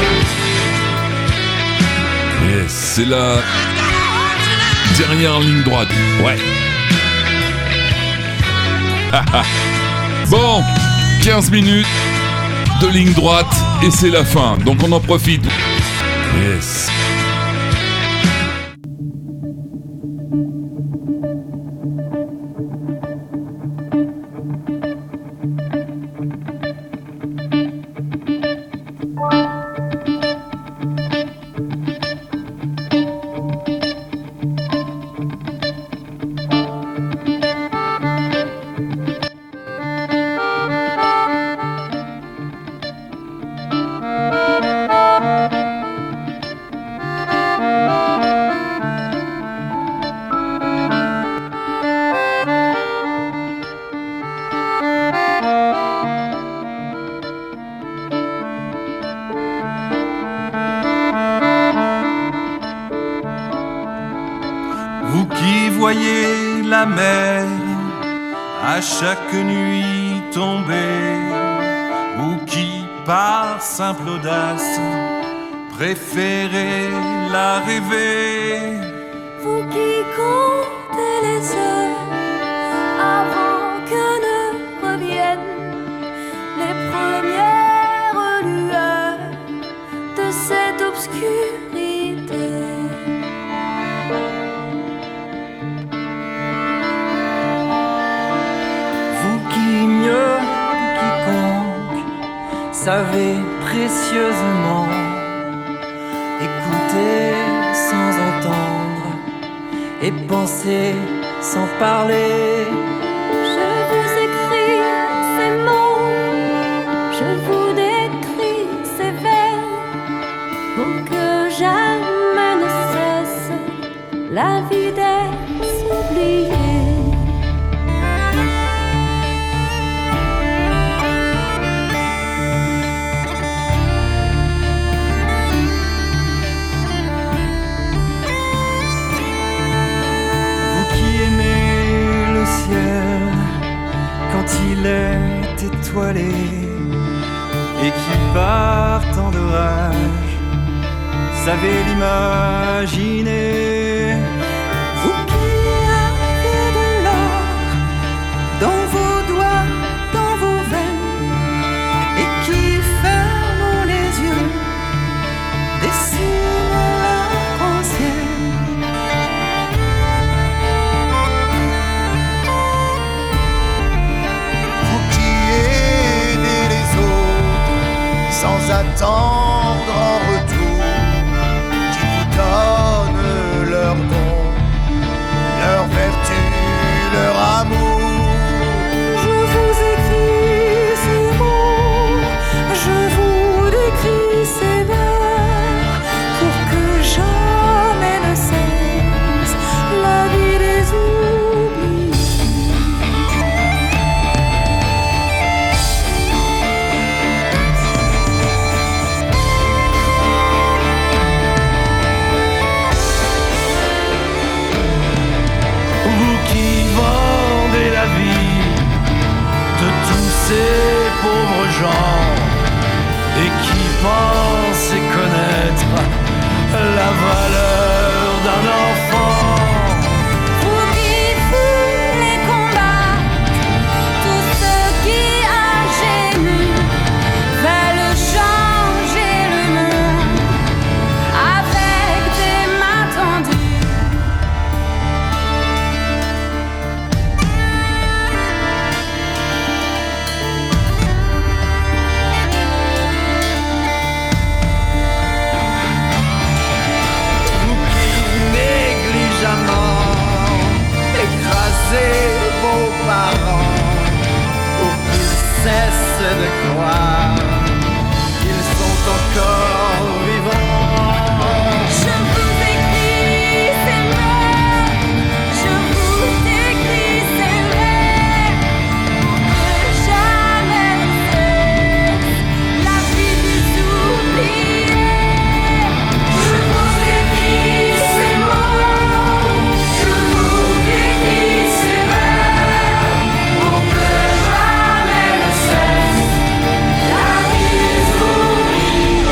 Yes, c'est la dernière ligne droite. Ouais. Bon, quinze minutes de ligne droite et c'est la fin. Donc on en profite. Yes. Vous qui voyez la mer à chaque nuit tombée, ou qui par simple audace préférez la rêver. Vous qui comptez les heures avant que ne reviennent les premières lueurs de cette obscurité. Vous qui mieux que quiconque savez précieusement écouter sans entendre et penser sans parler. Je vous écris ces mots, je vous décris ces vers, pour que jamais ne cesse la vie d'être oubliée. Quand il est étoilé et qui par tant d'orage savez l'imaginer. Vous qui avez de l'or dans vos doigts, dans vos veines, et qui fermons les yeux, dessinez l'arc-en-ciel. Sans attendre en retour qu'ils vous donnent leur don, leur vertu, leur amour. Je vous écris ces mots, je vous décris ces vers, pour que jamais ne cesse la vie des oubliés. Ces pauvres gens et qui pensent connaître la valeur d'un enfant. Vous qui voulez combattre tout ce qui a gémi, veulent changer le monde avec des mains tendues. Écraser vos parents pour qu'ils cessent de croire qu'ils sont encore vivants. Je vous écris ces mots, je vous décris ces vers, pour que jamais ne cesse la vie des oubliés. Je vous écris ces mots, je vous décris ces vers, pour que jamais ne cesse la vie des oubliés.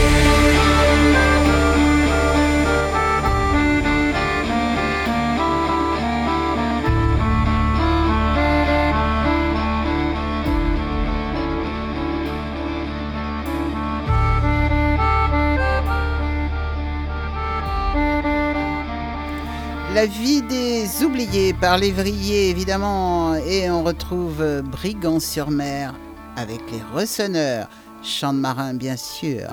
La vie des oubliés par Lévrier évidemment, et on retrouve Brigand-sur-Mer avec les Ressonneurs, chant de marin bien sûr.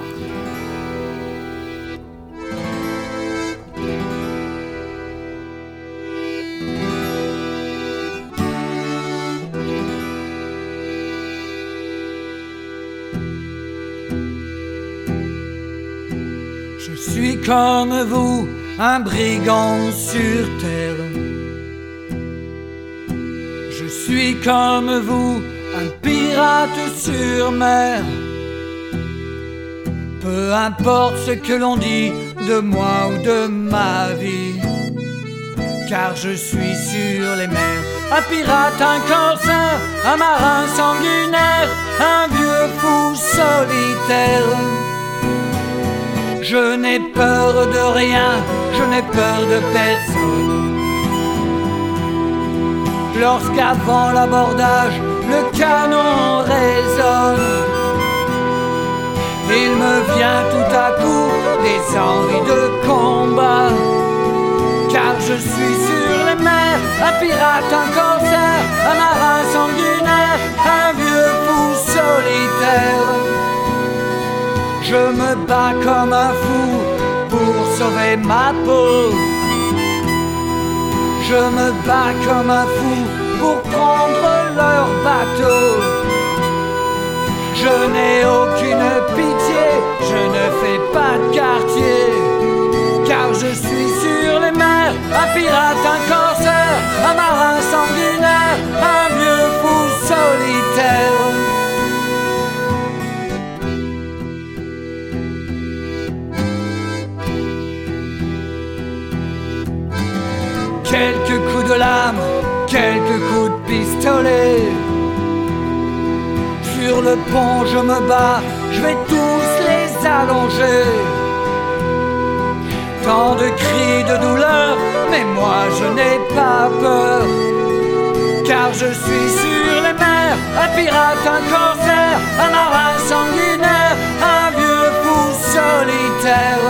Je suis comme vous, un brigand sur terre. Je suis comme vous, un pirate sur mer. Peu importe ce que l'on dit de moi ou de ma vie, car je suis sur les mers. Un pirate, un corsaire, un marin sanguinaire, un vieux fou solitaire. Je n'ai peur de rien, je n'ai peur de personne. Lorsqu'avant l'abordage, le canon résonne, il me vient tout à coup des envies de combat, car je suis sur les mers, un pirate, un corsaire, un marin sanguinaire, un vieux fou solitaire. Je me bats comme un fou pour sauver ma peau. Je me bats comme un fou pour prendre leur bateau. Je n'ai aucune pitié, je ne fais pas de quartier, car je suis sur les mers, un pirate, un corsaire, un marin sanguinaire, un vieux fou solitaire. Quelques coups de lame, quelques coups de pistolet. Sur le pont je me bats, je vais tous les allonger. Tant de cris de douleur, mais moi je n'ai pas peur, car je suis sur les mers, un pirate, un corsaire, un marin sanguinaire, un vieux fou solitaire.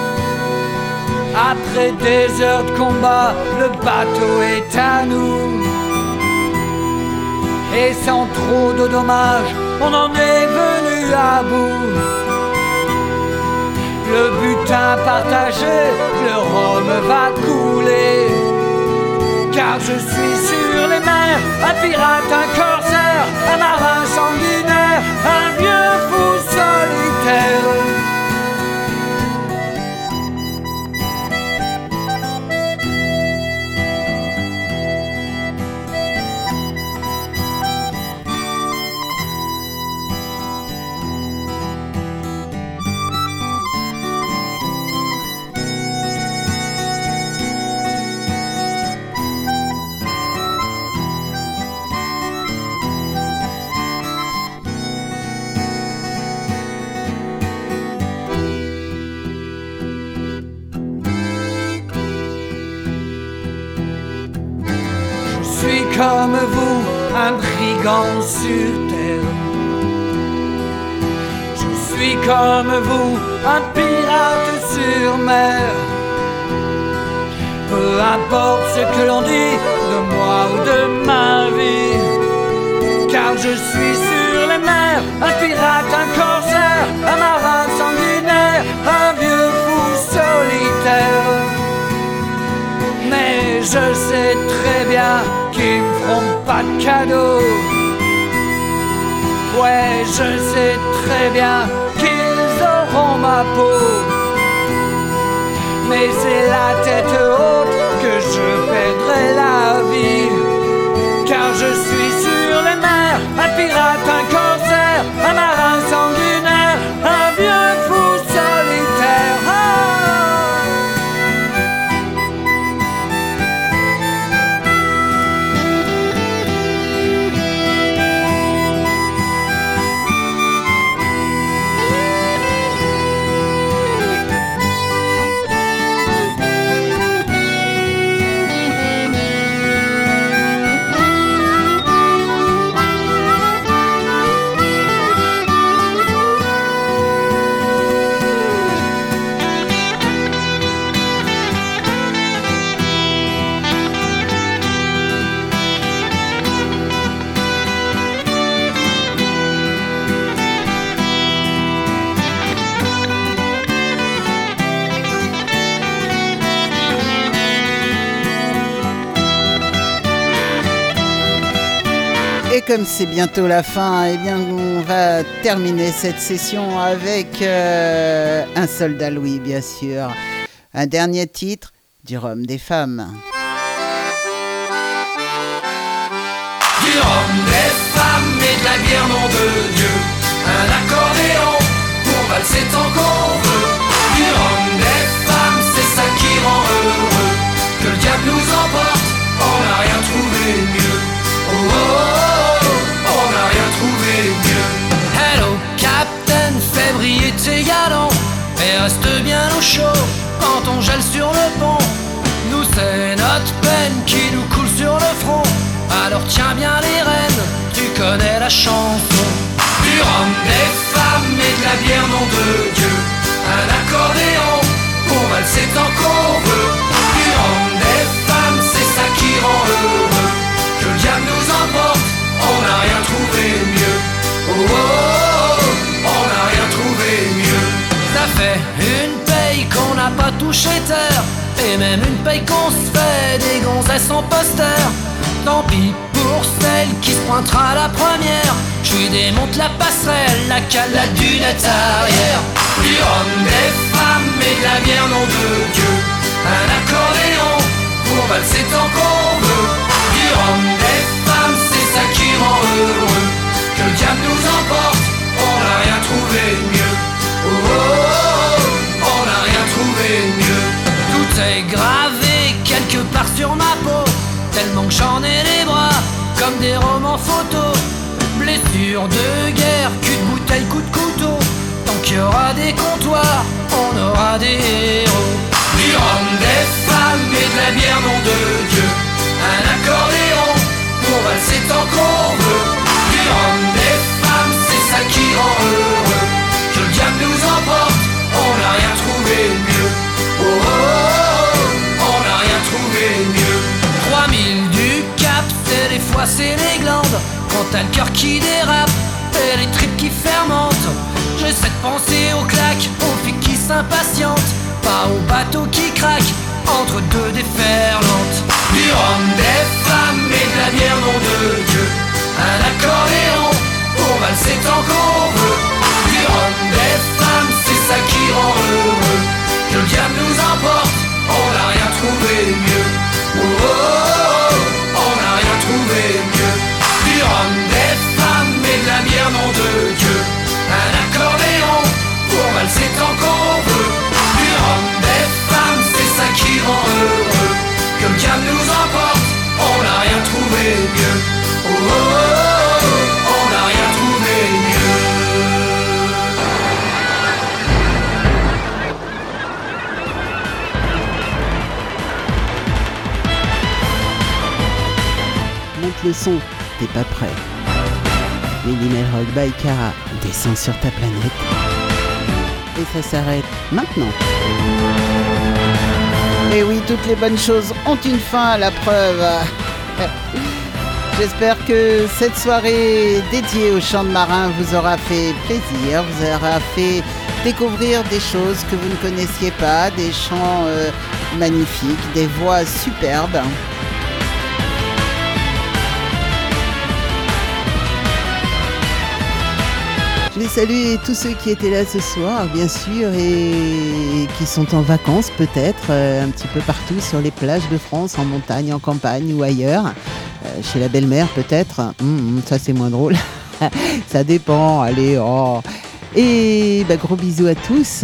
Après des heures de combat, le bateau est à nous. Et sans trop de dommages, on en est venu à bout. Le butin partagé, le rhum va couler, car je suis sur les mers, un pirate, un corsaire, un marin sanguinaire, un vieux fou solitaire. Comme vous, un brigand sur terre. Je suis comme vous, un pirate sur mer. Peu importe ce que l'on dit de moi ou de ma vie, car je suis sur les mers, un pirate, un corsaire, un marin sanguinaire, un vieux fou solitaire. Mais je sais très bien qu'ils me feront pas de cadeau. Ouais, je sais très bien qu'ils auront ma peau. Mais c'est la tête haute que je perdrai la vie, car je suis sur les mers, un pirate, un corsaire, un marin sanguinaire, un vieux fou solitaire. Oh! Et comme c'est bientôt la fin, eh bien on va terminer cette session avec euh, un soldat Louis, bien sûr. Un dernier titre du Rhum des femmes. Du rhum des femmes et de la bière, nom de Dieu. Un accordéon pour valser tant qu'on veut. Du rhum des femmes, c'est ça qui rend heureux. Que le diable nous emporte. haine qui nous coule sur le front. Alors tiens bien les rênes, tu connais la chanson. Du rhum, des femmes et de la bière, nom de Dieu. Un accordéon pour valser tant qu'on veut. Du rhum, des femmes, c'est ça qui rend heureux. Que le diable nous emporte, on n'a rien trouvé mieux. Oh oh oh, on n'a rien trouvé mieux. Ça fait une paye qu'on n'a pas touché terre, et même une paye qu'on se fait des gonzesses en poster. Tant pis pour celle qui se pointera la première. J'lui démonte la passerelle, la cale, la dunette arrière. Du rhum, des femmes et de la bière, nom de Dieu. Un accordéon pour valser tant qu'on veut. Du rhum, des femmes, c'est ça qui rend heureux. Que le diable nous emporte, on n'a rien trouvé mieux. Oh oh oh, on n'a rien trouvé mieux. Tout est gravé quelque part sur ma peau, tellement que j'en ai les bras comme des romans photos. Blessure de guerre, cul de bouteille, coup de couteau. Tant qu'il y aura des comptoirs, on aura des héros. Du rhum, des femmes et de la bière, nom de Dieu. Un accordéon pour valser tant qu'on veut. Du rhum, des femmes, c'est ça qui rend heureux. Que le diable nous emporte, on n'a rien trouvé mieux. Oh oh oh, on n'a rien trouvé mieux. Trois mille du cap, c'est les foies, c'est les glandes. Quand t'as le cœur qui dérape et les tripes qui fermentent. J'essaie de penser aux claques, aux filles qui s'impatientent, pas aux bateaux qui craquent entre deux déferlantes. Du rhum, des femmes et de la bière, nom de Dieu. Un accordéon pour valser tant qu'on veut. Du rhum, des femmes, c'est ça qui rend heureux. Que le diable nous emporte, on n'a rien trouvé mieux. Oh oh oh, on n'a rien trouvé mieux. Du rhum, des femmes et de la bière, nom de Dieu. Un accordéon pour valser tant qu'on veut. Du rhum, des femmes, c'est ça qui rend heureux. Que le diable nous emporte, on n'a rien trouvé mieux. Oh oh oh, on n'a rien trouvé mieux. Monte le son, t'es pas prêt. Lily Melrock by Cara descend sur ta planète. Et ça s'arrête maintenant. Et oui, toutes les bonnes choses ont une fin, la preuve. J'espère que cette soirée dédiée au chant de marin vous aura fait plaisir, vous aura fait découvrir des choses que vous ne connaissiez pas, des chants euh, magnifiques, des voix superbes. Je vais saluer tous ceux qui étaient là ce soir, bien sûr, et qui sont en vacances peut-être, euh, un petit peu partout sur les plages de France, en montagne, en campagne ou ailleurs. Euh, chez la belle-mère peut-être. Mmh, ça c'est moins drôle. Ça dépend, allez, oh. Et bah, gros bisous à tous.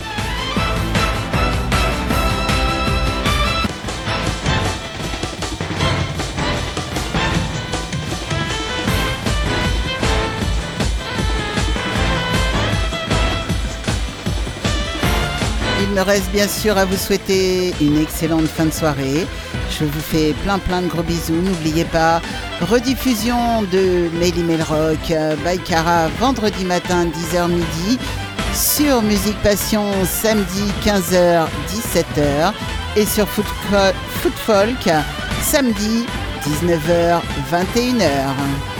Il me reste bien sûr à vous souhaiter une excellente fin de soirée. Je vous fais plein plein de gros bisous. N'oubliez pas, rediffusion de Mélie Melrock by Cara vendredi matin dix heures midi sur Musique Passion samedi quinze heures dix-sept heures et sur Foot, Foot Folk samedi dix-neuf heures vingt et une heures.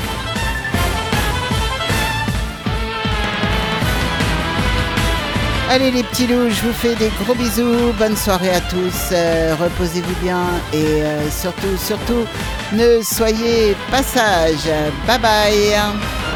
Allez les petits loups, je vous fais des gros bisous, bonne soirée à tous, euh, reposez-vous bien et euh, surtout, surtout, ne soyez pas sages, bye bye.